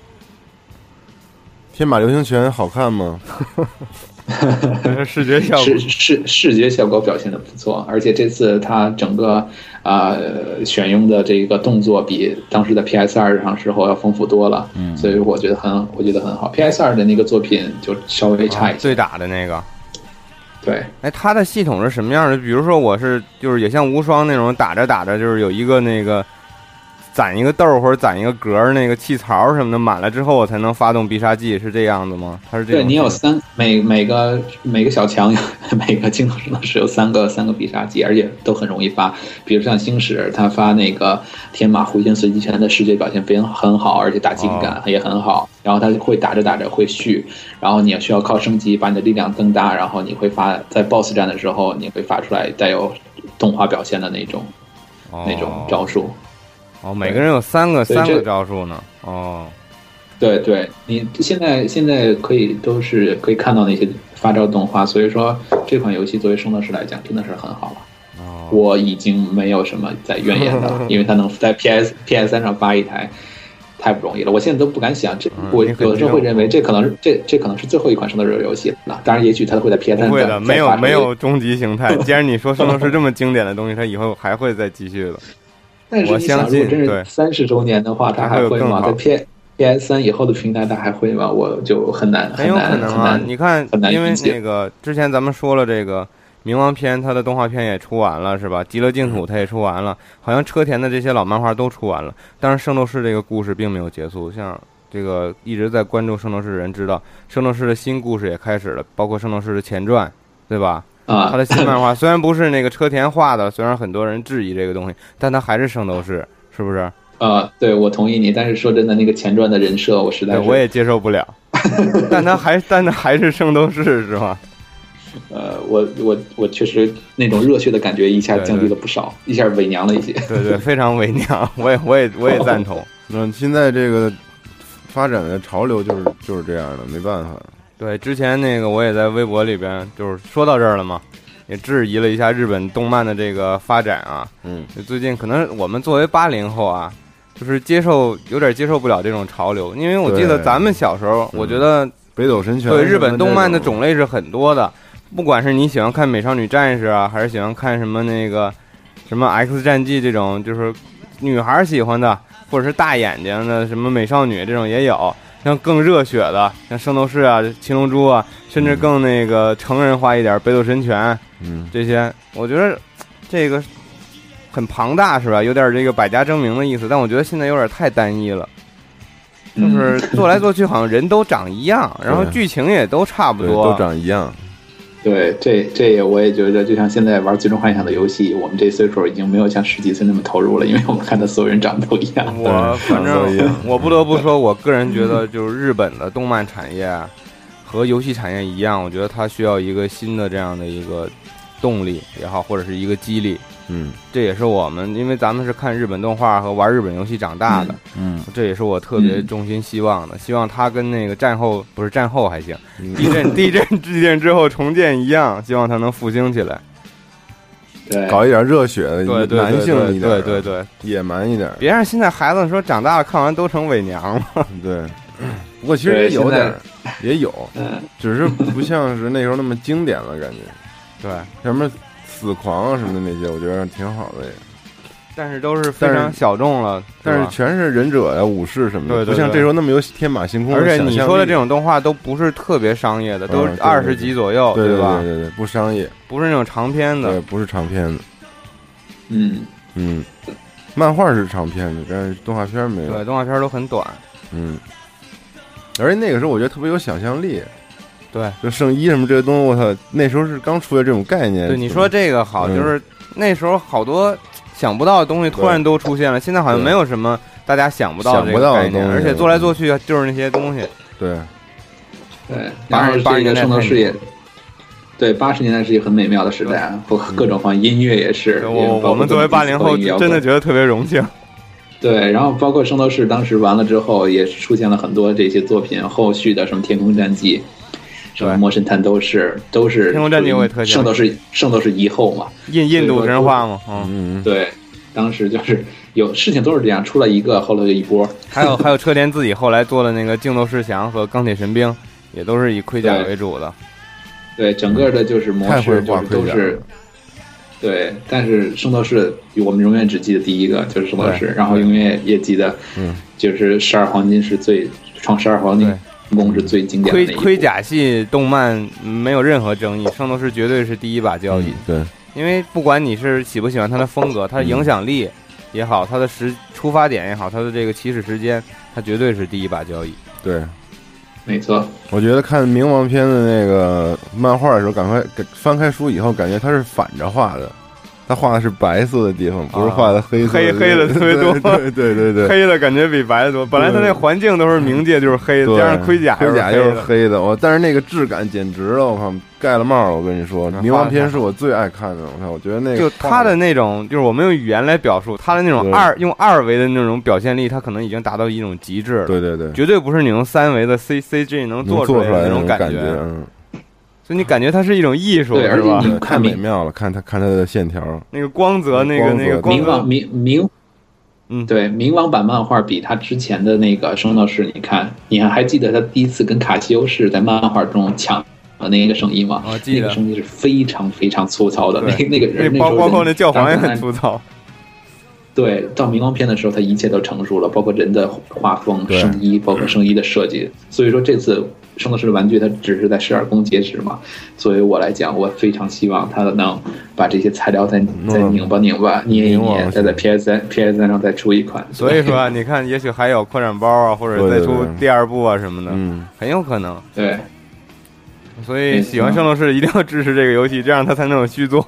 天马流星拳好看吗？ 视觉效果视觉效果表现的不错，而且这次它整个选用的这个动作比当时的 PS2 上时候要丰富多了，所以我觉得很好。PS2 的那个作品就稍微差一些， 对打的那个。 对， 它的系统是什么样的？比如说我是就是也像无双那种打着就是有一个那个。攒一个豆或者攒一个格，那个气槽什么的满了之后，我才能发动必杀技，是这样子吗？它是这样。 对，你有每个小强每个镜头上是有三个必杀技，而且都很容易发。比如像星矢，他发那个天马回旋随机拳的视觉表现很好，而且打击感也很好。然后他会打着会续，然后你也需要靠升级把你的力量增大，然后你会在 BOSS 战的时候，你会发出来带有动画表现的那种招数。 每个人有三个招数呢。 对，你现在可以看到那些发招动画，所以说这款游戏作为圣斗士来讲真的是很好了。我已经没有什么在怨言的，因为它能在 PS3 上发一台，太不容易了。我现在都不敢想，我有的时候会认为这可能是最后一款圣斗士游戏了。当然，也许它会在 PS3 不会的，没有终极形态。既然你说圣斗士这么经典的东西，它以后还会再继续的。 但是你想，如果真是30周年的话，它还会吗？在 PS3 以后的平台，它还会吗？我就很难。 很有可能啊！你看，因为那个之前咱们说了，这个冥王篇它的动画片也出完了，是吧？极乐净土它也出完了，好像车田的这些老漫画都出完了。但是圣斗士这个故事并没有结束，像这个一直在关注圣斗士的人知道，圣斗士的新故事也开始了，包括圣斗士的前传，对吧？他的新漫画虽然不是那个车田画的，虽然很多人质疑这个东西，但他还是圣斗士，是不是？ 对，我同意你。但是说真的，那个前传的人设，我实在是我也接受不了。但他还是圣斗士，是吗？ 我确实那种热血的感觉一下降低了不少，一下伪娘了一些。 对，非常伪娘。我也赞同。 现在这个发展的潮流就是这样的，没办法。 对，之前那个我也在微博里边就是说到这儿了嘛，也质疑了一下日本动漫的这个发展啊。最近可能我们作为80后啊，就是有点接受不了这种潮流，因为我记得咱们小时候，我觉得北斗神拳对日本动漫的种类是很多的，不管是你喜欢看美少女战士啊，还是喜欢看什么那个什么 X 战记这种就是女孩喜欢的，或者是大眼睛的什么美少女这种也有。像更热血的，像圣斗士啊、七龙珠啊，甚至更那个成人化一点，北斗神拳，这些，我觉得这个很庞大，是吧？有点这个百家争鸣的意思，但我觉得现在有点太单一了，就是做来做去好像人都长一样，然后剧情也都差不多， 都长一样。 对，这我也觉得，就像现在玩《最终幻想》的游戏，我们这岁数已经没有像10几岁那么投入了，因为我们看到所有人长得都一样。 反正我不得不说，我个人觉得就是日本的动漫产业和游戏产业一样，我觉得它需要一个新的这样的一个动力也好，或者是一个激励。这也是我们，因为咱们是看日本动画和玩日本游戏长大的，这也是我特别衷心希望的，希望它跟那个战后还行，地震之后重建一样，希望它能复兴起来， 对， 搞一点热血的，男性一点， 对， 野蛮一点， 别让现在孩子说长大了看完都成伪娘了。 对，不过其实也有点，也有，只是不像是那时候那么经典了，感觉， 对， 什么死狂啊什么的那些，我觉得挺好的也。 但是都是非常小众了， 但是全是忍者呀、武士什么的， 对， 不像这时候那么有天马行空。 而且你说的这种动画都不是特别商业的，都是20集左右， 对吧？ 对，不商业， 不是那种长篇的， 对，不是长篇的。 嗯， 漫画是长篇的，但是动画片没有。 对，动画片都很短。 而且那个时候我觉得特别有想象力。 对， 就圣衣什么这个东西，我操，那时候是刚出来这种概念。 对，你说这个好，就是那时候好多想不到的东西突然都出现了，现在好像没有什么大家想不到的这个概念，而且做来做去就是那些东西。 对， 然后这个圣斗士也，对，80年代是一个很美妙的时代，各种方音乐也是。 我们作为80后，真的觉得特别荣幸。 对，然后包括圣斗士当时完了之后，也出现了很多这些作品，后续的什么天空战记。什么魔神探都是天空战记我也特圣斗士一后嘛， 印度神话嘛， 对，当时就是有事情都是这样，出了一个后来就一波。 还有车田自己后来做了那个竞斗士翔和钢铁神兵，也都是以盔甲为主的。 对，整个的就是模式就是都是。对，但是圣斗士我们永远只记得第一个就是圣斗士，然后永远也记得，就是12黄金是最创12黄金。功是最经典的盔甲系动漫没有任何争议，圣斗士绝对是第一把交椅。 对， 因为不管你是喜不喜欢它的风格，它的影响力也好，它的出发点也好，它的这个起始时间，它绝对是第一把交椅。 对， 没错。 我觉得看冥王篇的那个漫画的时候，赶快翻开书以后，感觉它是反着画的。他画的是白色的地方，不是画的黑色的， 黑的特别多。 对， 黑的感觉比白的多。本来他那环境都是冥界，就是黑的，加上盔甲又是黑的。但是那个质感简直了，我靠，盖了帽。我跟你说，冥王篇是我最爱看的。我看，我觉得那个就他的那种，就是我们用语言来表述他的那种用2维的那种表现力，他可能已经达到一种极致了。 对， 绝对不是你用3维的 CG 能做出来的那种感觉。所以你感觉它是一种艺术，是吧？ 太美妙了，看它的线条， 那个光泽，那个冥王版漫画比他之前的那个圣斗士，你还记得他第一次跟卡西欧士在漫画中抢那个声音吗？那个声音是非常非常粗糙的，那个人包括那教皇也很粗糙。 对，到冥王篇的时候，他一切都成熟了，包括人的画风、圣衣，包括圣衣的设计。所以说这次圣斗士的玩具它只是在12宫截止嘛，所以我来讲，我非常希望他能把这些材料再拧巴、捏一捏，再在 PS3 上再出一款。 所以说，你看，也许还有扩展包啊，或者再出第2部啊什么的，很有可能。 对， 所以喜欢圣斗士一定要支持这个游戏，这样他才能有续作。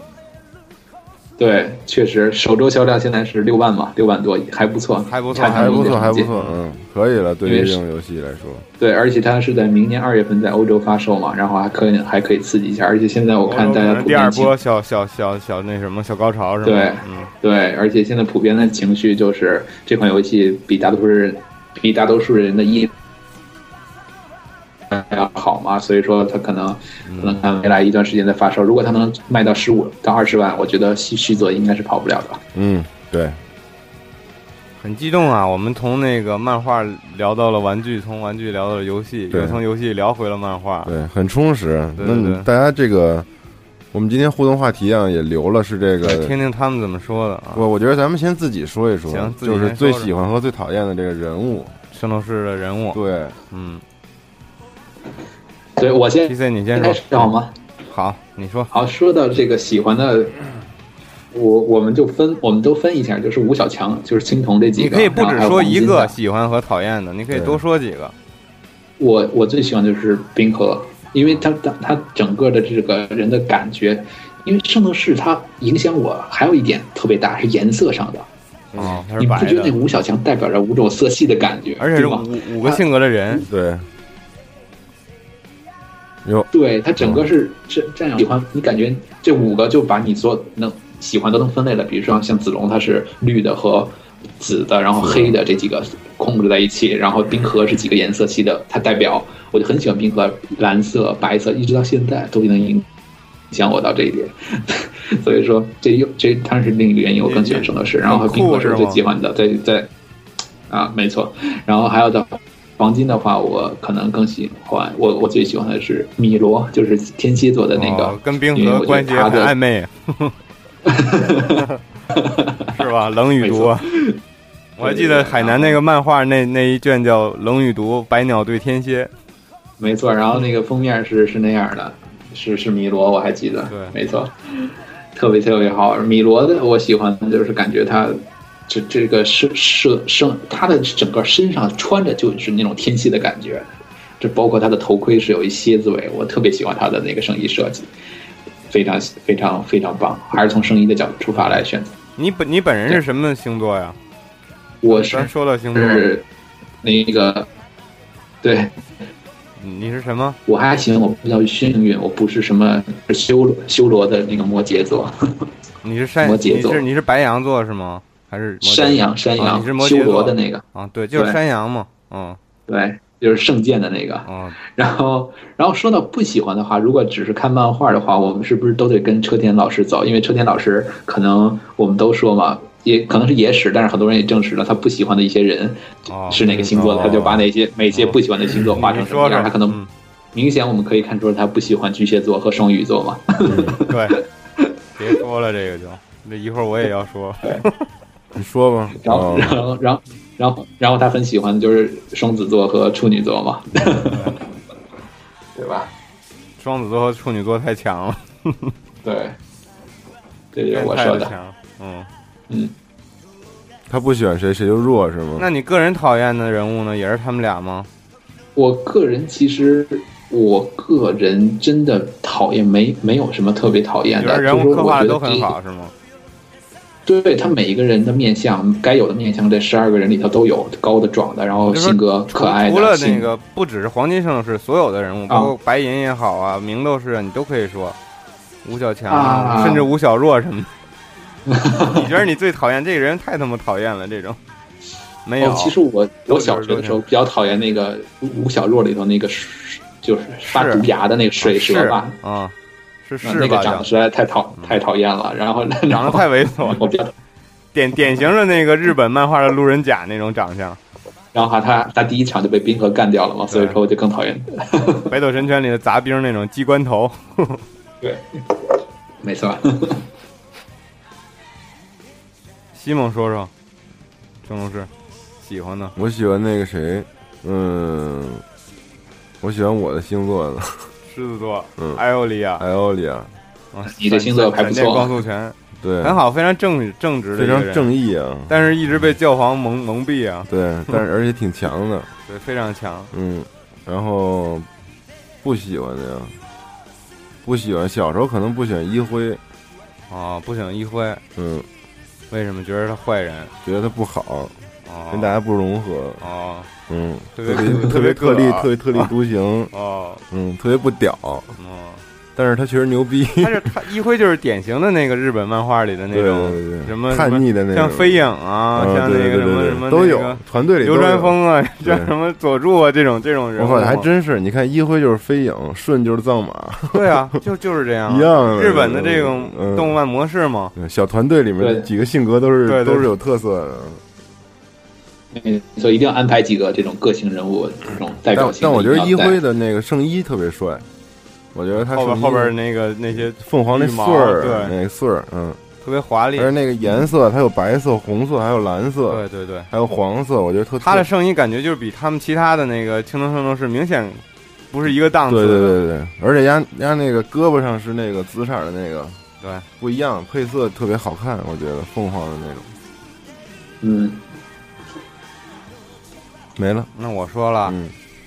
对，确实，首周销量现在是6万嘛，6万多，还不错， 还不错，可以了。对于这种游戏来说， 对，而且它是在明年2月份在欧洲发售嘛，然后还可以刺激一下，而且现在我看大家普遍第2波小那什么小高潮是吧？ 对，对，而且现在普遍的情绪就是这款游戏比大多数人的意要好嘛，所以说它可能未来一段时间再发售，如果它能卖到15到20万，我觉得续作应该是跑不了的。 对， 很激动啊！我们从那个漫画聊到了玩具，从玩具聊到了游戏，又从游戏聊回了漫画， 对，很充实。 对， 大家这个我们今天互动话题啊也留了，是这个听听他们怎么说的啊。 我觉得咱们先自己说一说， 行， 就是最喜欢和最讨厌的这个人物， 圣斗士的人物。 对， 对，我先 PC 你先开始好吗？ 好，你说。 好，说到这个喜欢的，我们都分一下，就是吴小强，就是青铜这几个。 你可以不只说一个喜欢和讨厌的，你可以多说几个。 我最喜欢的就是冰河， 因为他整个的这个人的感觉，因为圣斗士它影响我还有一点特别大是颜色上的。 哦，它你不是白的， 觉得那吴小强代表着5种色系的感觉？ 而且是对吗？ 五个性格的人， 对，有对，他整个是这样喜欢，你感觉这5个就把你所能喜欢都能分类了。比如说像子龙，它是绿的和紫的，然后黑的这几个控制在一起，然后冰河是几个颜色系的，它代表我就很喜欢冰河，蓝色、白色，一直到现在都能影响我到这一点。所以说这当然是另一个原因，我更喜欢圣斗士，然后冰河是我最喜欢的，在啊，没错。然后还有到黄金的话，我可能更喜欢我最喜欢的是米罗，就是天蝎座的那个， 跟冰河关系很暧昧，是吧？冷与毒，我还记得海南那个漫画那一卷叫《冷与毒》，百鸟对天蝎， 没错。然后那个封面是那样的，是米罗，我还记得， 对， 没错，特别好。米罗的我喜欢的就是感觉他。这个他的整个身上穿着就是那种天蝎的感觉，这包括他的头盔是有一蝎子尾，我特别喜欢他的那个圣衣设计，非常棒，还是从圣衣的角度出发来选择。 你本人是什么星座呀？ 我是说到星座是那个，对， 你是什么？ 我还行，我比较幸运，我不是什么修罗的那个摩羯座。 你是摩羯座， 你是白羊座是吗？还是山羊， 你是摩羯修罗的那个啊？对，就是山羊嘛。 对，就是圣剑的那个。然后说到不喜欢的话，如果只是看漫画的话，我们是不是都得跟车田老师走？因为车田老师可能我们都说嘛，也可能是野史，但是很多人也证实了他不喜欢的一些人是哪个星座的，他就把每些不喜欢的星座画成什么样。他可能明显我们可以看出他不喜欢巨蟹座和双鱼座嘛。 对，别说了，这个就这一会儿我也要说。 你说吧。 然后他很喜欢就是双子座和处女座嘛，对吧？ 双子座和处女座太强了。 对，这就是我说的。 他不喜欢谁就弱是吗？ 那你个人讨厌的人物呢？也是他们俩吗？ 我个人真的讨厌，没有什么特别讨厌的。 人物刻画的都很好，是吗？ 对，他每一个人的面相，该有的面相，这12个人里头都有，高的、壮的，然后性格可爱的。 除了那个，不只是黄金圣斗士，所有的人物，包括白银也好啊，明斗士啊，你都可以说。吴小强，甚至吴小若什么的。你觉得你最讨厌这个人？太他妈讨厌了，这种。没有。 其实我小学的时候比较讨厌那个吴小若里头那个，就是发毒牙的那个水蛇吧。 是那个长得实在太讨厌了，然后长得太猥琐， 我比较典型的那个日本漫画的路人甲那种长相。 然后他第一场就被冰河干掉了嘛，所以说我就更讨厌。 北斗神拳里的杂兵那种机关头。 对，没错。 西蒙说说，郑老师喜欢的。 我喜欢那个谁，我喜欢我的星座的。 狮子座，艾欧利亚， 你这星座还不错， 光速拳， 对， 很好，非常正直的， 非常正义啊， 但是一直被教皇蒙蔽啊， 对，但是而且挺强的， 对，非常强， 然后不喜欢的呀，小时候可能不喜欢一辉， 不喜欢一辉，为什么？觉得他坏人， 觉得他不好，跟大家不融合，特别特立独行，特别不屌，但是他确实牛逼。 他一辉就是典型的那个日本漫画里的那种什么叛逆的那种， 像飞影啊，像那个什么都有，团队里流川枫啊，像什么佐助啊这种人物， 我靠，还真是。你看一辉就是飞影，顺就是藏马， 对啊，就是这样， 一样。 日本的这种动漫模式嘛， 小团队里面几个性格都是有特色的。 所以一定要安排几个这种个性人物，这种代表性。 但我觉得一辉的那个圣衣特别帅，我觉得他后边那些凤凰那穗儿，对，那个穗儿， 特别华丽。 而那个颜色，它有白色、红色，还有蓝色， 对， 还有黄色，我觉得他的圣衣感觉就是比他们其他的那个青铜圣斗士明显不是一个档次的。 对，而且压那个胳膊上是那个紫色的那个， 对， 不一样，配色特别好看，我觉得凤凰的那种。没了。 那我说了，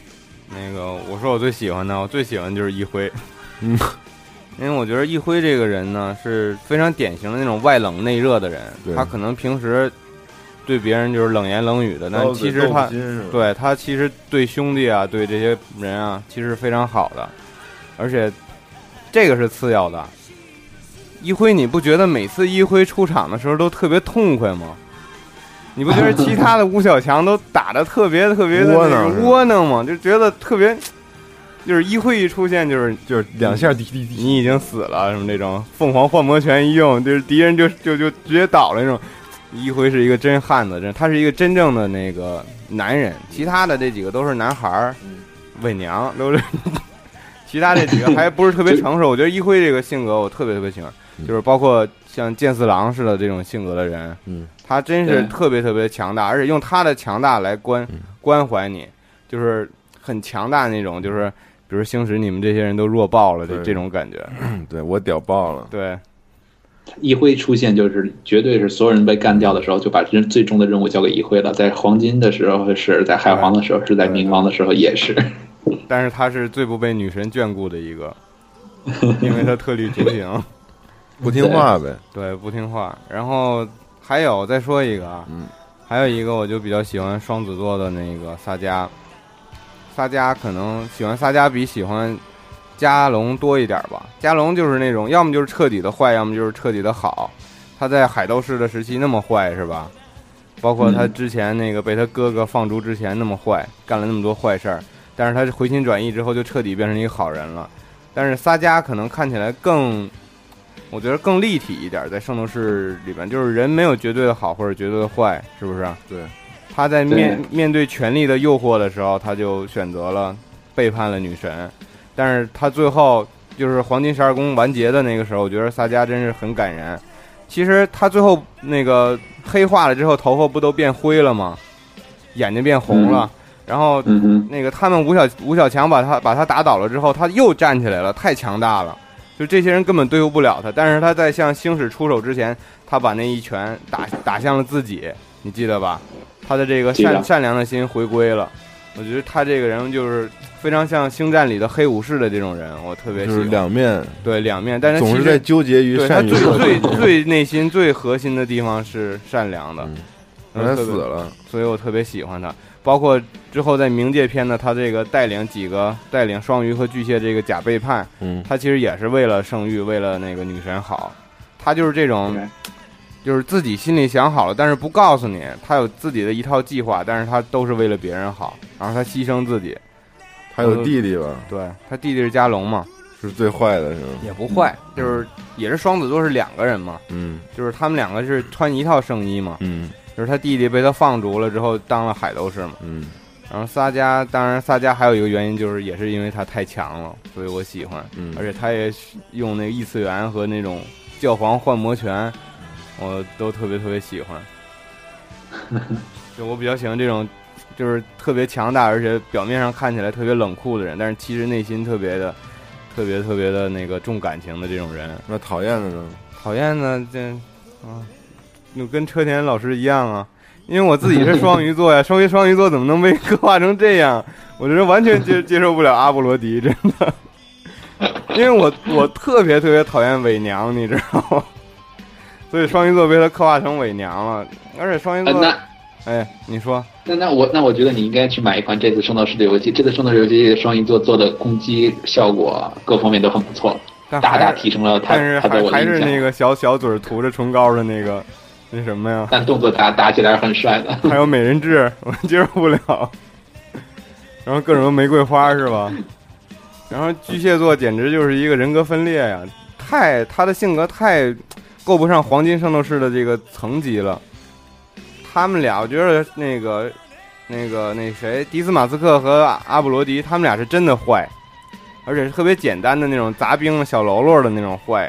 那个我说我最喜欢的就是一辉，因为我觉得一辉这个人呢是非常典型的那种外冷内热的人，他可能平时对别人就是冷言冷语的，但其实他其实对兄弟啊，对这些人啊，其实非常好的，而且这个是次要的。一辉，你不觉得每次一辉出场的时候都特别痛快吗？你不觉得其他的吴小强都打得特别的窝囊吗？就觉得特别，就是一辉一出现就是两下滴， 你已经死了什么那种，凤凰幻魔拳一用，就是敌人就直接倒了那种。一辉是一个真汉子，他是一个真正的那个男人，其他的这几个都是男孩儿，伪娘都是，其他这几个还不是特别成熟。我觉得一辉这个性格我特别喜欢，就是包括像剑四郎似的这种性格的人，他真是特别强大，而且用他的强大来关怀你，就是很强大那种，就是比如星矢你们这些人都弱爆了这种感觉。 对，我屌爆了。 对， 一辉出现就是绝对是所有人被干掉的时候，就把最终的任务交给一辉了。在黄金的时候是，在海皇的时候是，在冥王的时候也是。 但是他是最不被女神眷顾的一个，因为他特立独行， 不听话呗。 对，不听话。然后还有再说一个啊，还有一个我就比较喜欢双子座的那个萨迦。萨迦可能喜欢萨迦比喜欢加隆多一点吧。加隆就是那种要么就是彻底的坏，要么就是彻底的好。他在海斗士的时期那么坏是吧？包括他之前那个被他哥哥放逐之前那么坏，干了那么多坏事儿。但是他回心转意之后就彻底变成一个好人了。但是萨迦可能看起来我觉得更立体一点，在圣斗士里边，就是人没有绝对的好或者绝对的坏，是不是？ 对。 他在面对权力的诱惑的时候，他就选择了背叛了女神。但是他最后就是黄金12宫完结的那个时候，我觉得萨迦真是很感人。其实他最后那个黑化了之后，头发不都变灰了吗？眼睛变红了。然后那个他们吴小强把他打倒了之后，他又站起来了，太强大了，就这些人根本对付不了他。但是他在向星矢出手之前，他把那一拳打向了自己，你记得吧？他的这个善良的心回归了。我觉得他这个人就是非常像星战里的黑武士的这种人，我特别喜欢。 就是两面， 对两面，但是总是在纠结于善与恶。 他最内心最核心的地方是善良的。 他死了， 所以我特别喜欢他。包括之后在冥界篇呢，他这个带领双鱼和巨蟹这个假背叛，他其实也是为了圣域，为了那个女神好。他就是这种，就是自己心里想好了，但是不告诉你，他有自己的一套计划，但是他都是为了别人好，然后他牺牲自己。 他有弟弟吧？ 对，他弟弟是加隆嘛， 是最坏的是吗？ 也不坏，就是也是双子座是2个人嘛，就是他们2个是穿一套圣衣嘛，就是他弟弟被他放逐了之后当了海斗士嘛，然后萨迦，当然萨迦还有一个原因就是也是因为他太强了，所以我喜欢，而且他也用那个异次元和那种教皇幻魔拳，我都特别喜欢。就我比较喜欢这种，就是特别强大，而且表面上看起来特别冷酷的人，但是其实内心特别的那个重感情的这种人。 那讨厌的呢？ 讨厌的就跟车田老师一样啊，因为我自己是双鱼座呀，双鱼座怎么能被刻画成这样？我觉得完全接受不了阿波罗迪，真的。因为我特别讨厌伪娘，你知道吗？所以双鱼座被他刻画成伪娘了，而且双鱼座，你说， 那我觉得你应该去买一款这次圣斗士的游戏，这次圣斗士游戏双鱼座做的攻击效果各方面都很不错，大大提升了他对我的印象。 还是那个小嘴涂着唇膏的那什么呀？ 但动作打起来是很帅的。 还有美人痣，我接受不了。然后各种玫瑰花是吧？然后巨蟹座简直就是一个人格分裂呀，他的性格太够不上黄金圣斗士的这个层级了。他们俩，我觉得那谁，迪斯马斯克和阿布罗迪，他们俩是真的坏，而且是特别简单的那种杂兵小喽啰的那种坏。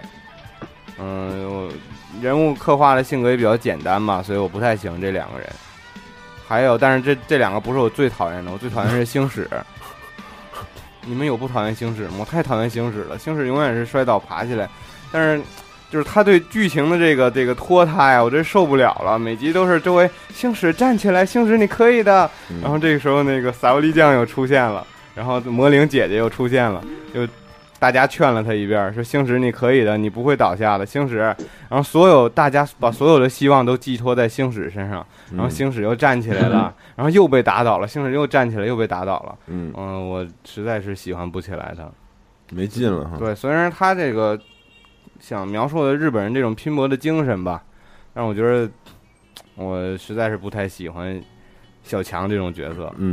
人物刻画的性格也比较简单吧，所以我不太喜欢这2个人。还有，但是这2个不是我最讨厌的，我最讨厌是星矢。你们有不讨厌星矢吗？我太讨厌星矢了，星矢永远是摔倒爬起来，但是就是他对剧情的这个拖沓呀，我真受不了了。每集都是周围星矢站起来，星矢你可以的。然后这个时候那个萨沃利酱又出现了， 然后魔灵姐姐又出现了，又大家劝了他一遍，说星矢你可以的，你不会倒下的，星矢。然后大家把所有的希望都寄托在星矢身上，然后星矢又站起来了，然后又被打倒了，星矢又站起来又被打倒了。我实在是喜欢不起来他， 没劲了哈。 对，虽然他这个想描述的日本人这种拼搏的精神吧，但我觉得我实在是不太喜欢小强这种角色。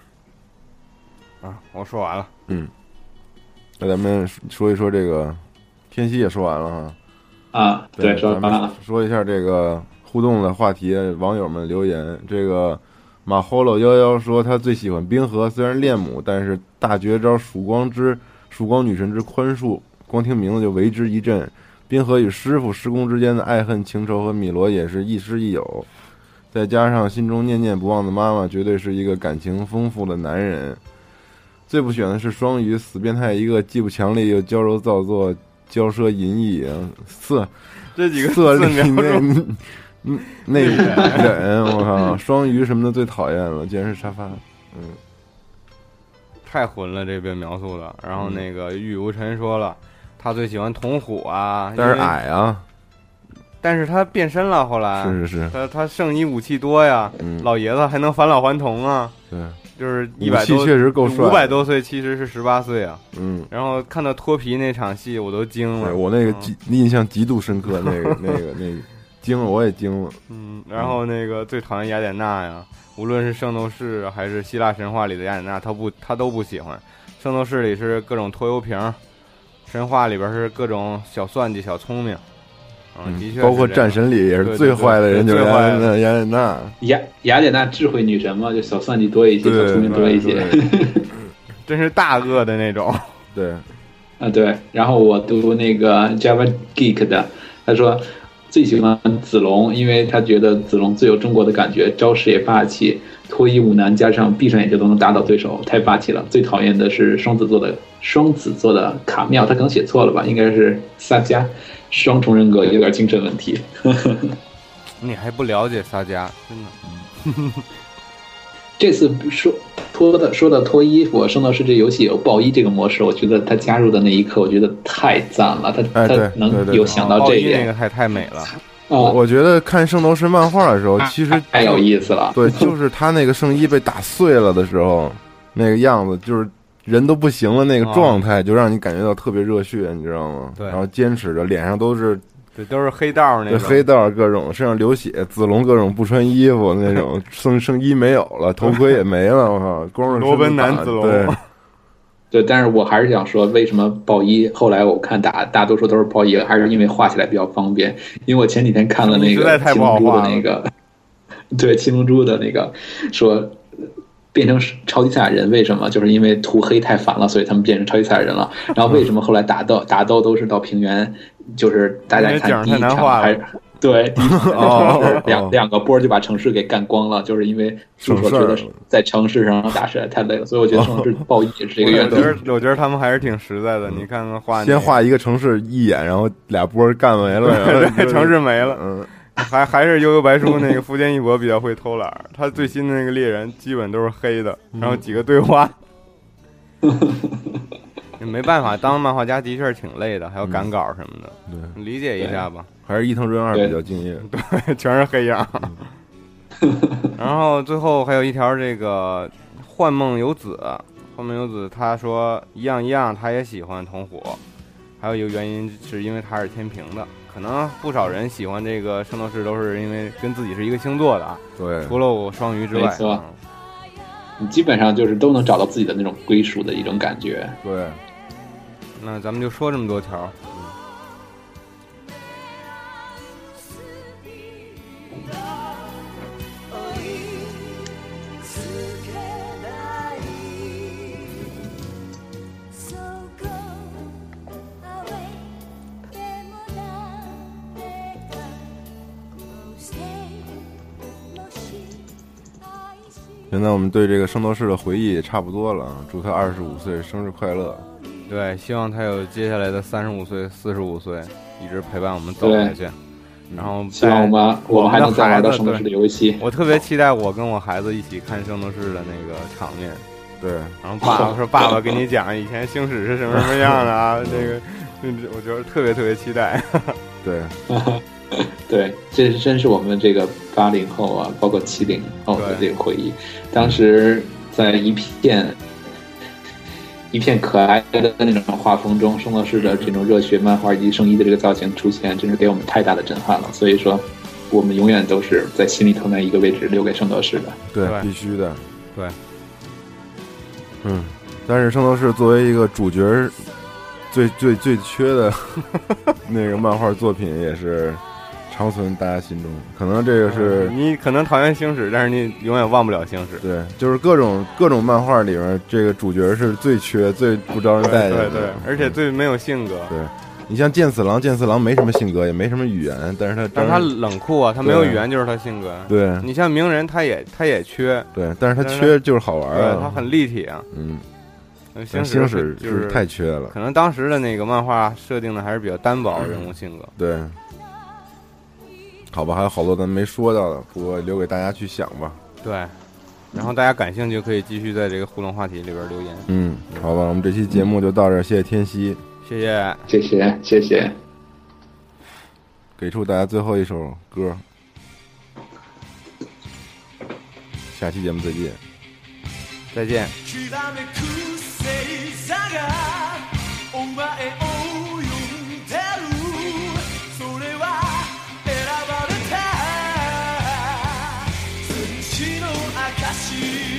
我说完了。 那咱们说一说这个天熙也说完了哈。 对，说完了。 说一下这个互动的话题，网友们留言。这个马吼喽11说他最喜欢冰河，虽然恋母，但是大绝招曙光女神之宽恕，光听名字就为之一振。冰河与师傅师公之间的爱恨情仇和米罗也是亦师亦友，再加上心中念念不忘的妈妈，绝对是一个感情丰富的男人。最不选的是双鱼，死变态一个，既不强烈又娇柔造作，骄奢淫逸色， 这几个色里那人，我靠，双鱼什么的最讨厌了，竟然是沙发。 太混了，这边描述的。然后那个玉无尘说了，他最喜欢童虎啊， 但是矮啊， 但是他变身了，后来是他圣衣武器多呀，老爷子还能返老还童啊， 对， 就是100多， 确实够帅 ，500多岁其实是18岁啊。然后看到脱皮那场戏，我都惊了， 我那个印象极度深刻，那个惊了，我也惊了。 然后那个最讨厌雅典娜呀，无论是圣斗士还是希腊神话里的雅典娜，他都不喜欢。圣斗士里是各种拖油瓶，神话里边是各种小算计、小聪明。的确， 包括战神里也是最坏的人，就是雅典娜。 雅典娜智慧女神嘛，就小算计多一些，小聪明多一些， 真是大恶的那种。 对， 对。然后我读那个 Java Geek 的，他说最喜欢子龙，因为他觉得子龙最有中国的感觉，招式也霸气，脱衣舞男加上闭上眼睛都能打倒对手，太霸气了。最讨厌的是双子座的卡妙，他可能写错了吧，应该是萨迦。双重人格有点精神问题。 你还不了解萨迦，真的。 这次说到脱衣服，圣斗士这游戏有爆衣这个模式，我觉得他加入的那一刻，我觉得太赞了。他能有想到这一点， 那个太美了。 我觉得看圣斗士漫画的时候，其实太有意思了。 对，就是他那个圣衣被打碎了的时候，那个样子就是。人都不行了，那个状态就让你感觉到特别热血，你知道吗？ 对。 然后坚持着，脸上都是， 对，都是黑道那种， 黑道各种，身上流血，子龙各种不穿衣服那种，圣衣没有了，头盔也没了，我靠，光是罗奔男子龙。 对，但是我还是想说，为什么爆衣？后来我看大多数都是爆衣，还是因为画起来比较方便。因为我前几天看了那个七龙珠的那个，对，七龙珠的那个说。变成超级赛亚人，为什么？就是因为涂黑太烦了，所以他们变成超级赛亚人了。然后为什么后来打斗都是到平原？就是大家看第一场还对第一场是两个波就把城市给干光了，就是因为叔叔觉得在城市上打实在太累了，所以我觉得城市爆衣也是这个原因。 我觉得他们还是挺实在的。你看看画， 先画一个城市一眼，然后俩波干没了，然后城市没了。还是悠悠白书那个福建一博比较会偷懒，他最新的那个猎人基本都是黑的，然后几个对话。没办法，当漫画家的确是挺累的，还要赶稿什么的。 对， 理解一下吧。 还是伊藤润二比较敬业。 对，全是黑样。然后最后还有一条，这个幻梦游子他说一样，他也喜欢童虎，还有一个原因是因为他是天平的。可能不少人喜欢这个圣斗士都是因为跟自己是一个星座的啊， 对， 除了我双鱼之外， 你基本上就是都能找到自己的那种归属的一种感觉。 对， 那咱们就说这么多条。 现在我们对这个圣斗士的回忆也差不多了，祝他25岁生日快乐。 对，希望他有接下来的35岁、45岁，一直陪伴我们走下去。然后希望我们还能再玩到圣斗士的游戏。 我特别期待我跟我孩子一起看圣斗士的那个场面， 对， 然后爸爸说爸爸给你讲以前星矢是什么什么样的啊，这个我觉得特别特别期待。 对。 对，这真是我们这个80后啊，包括70后的这个回忆。当时在一片可爱的那种画风中，圣斗士的这种热血漫画以及圣衣的这个造型出现，真是给我们太大的震撼了。所以说，我们永远都是在心里头那一个位置留给圣斗士的。 对，必须的。 对， 但是圣斗士作为一个主角，最缺的那个漫画作品，也是长存大家心中。可能这个是你可能讨厌星矢，但是你永远忘不了星矢。 对，就是各种漫画里面，这个主角是最不招人待见的。 对，而且最没有性格。 对，你像剑次郎没什么性格，也没什么语言，但是他冷酷啊，他没有语言就是他性格。 对， 你像鸣人，他也缺。 对，但是他缺就是好玩啊， 他很立体啊。星矢是太缺了， 可能当时的那个漫画设定的还是比较单薄人物性格。 对，好吧，还有好多咱没说到的，不过留给大家去想吧。 对，然后大家感兴趣可以继续在这个互动话题里边留言。 好吧，我们这期节目就到这儿，谢谢天熙， 谢谢。 给出大家最后一首歌，下期节目再见。 再见。 証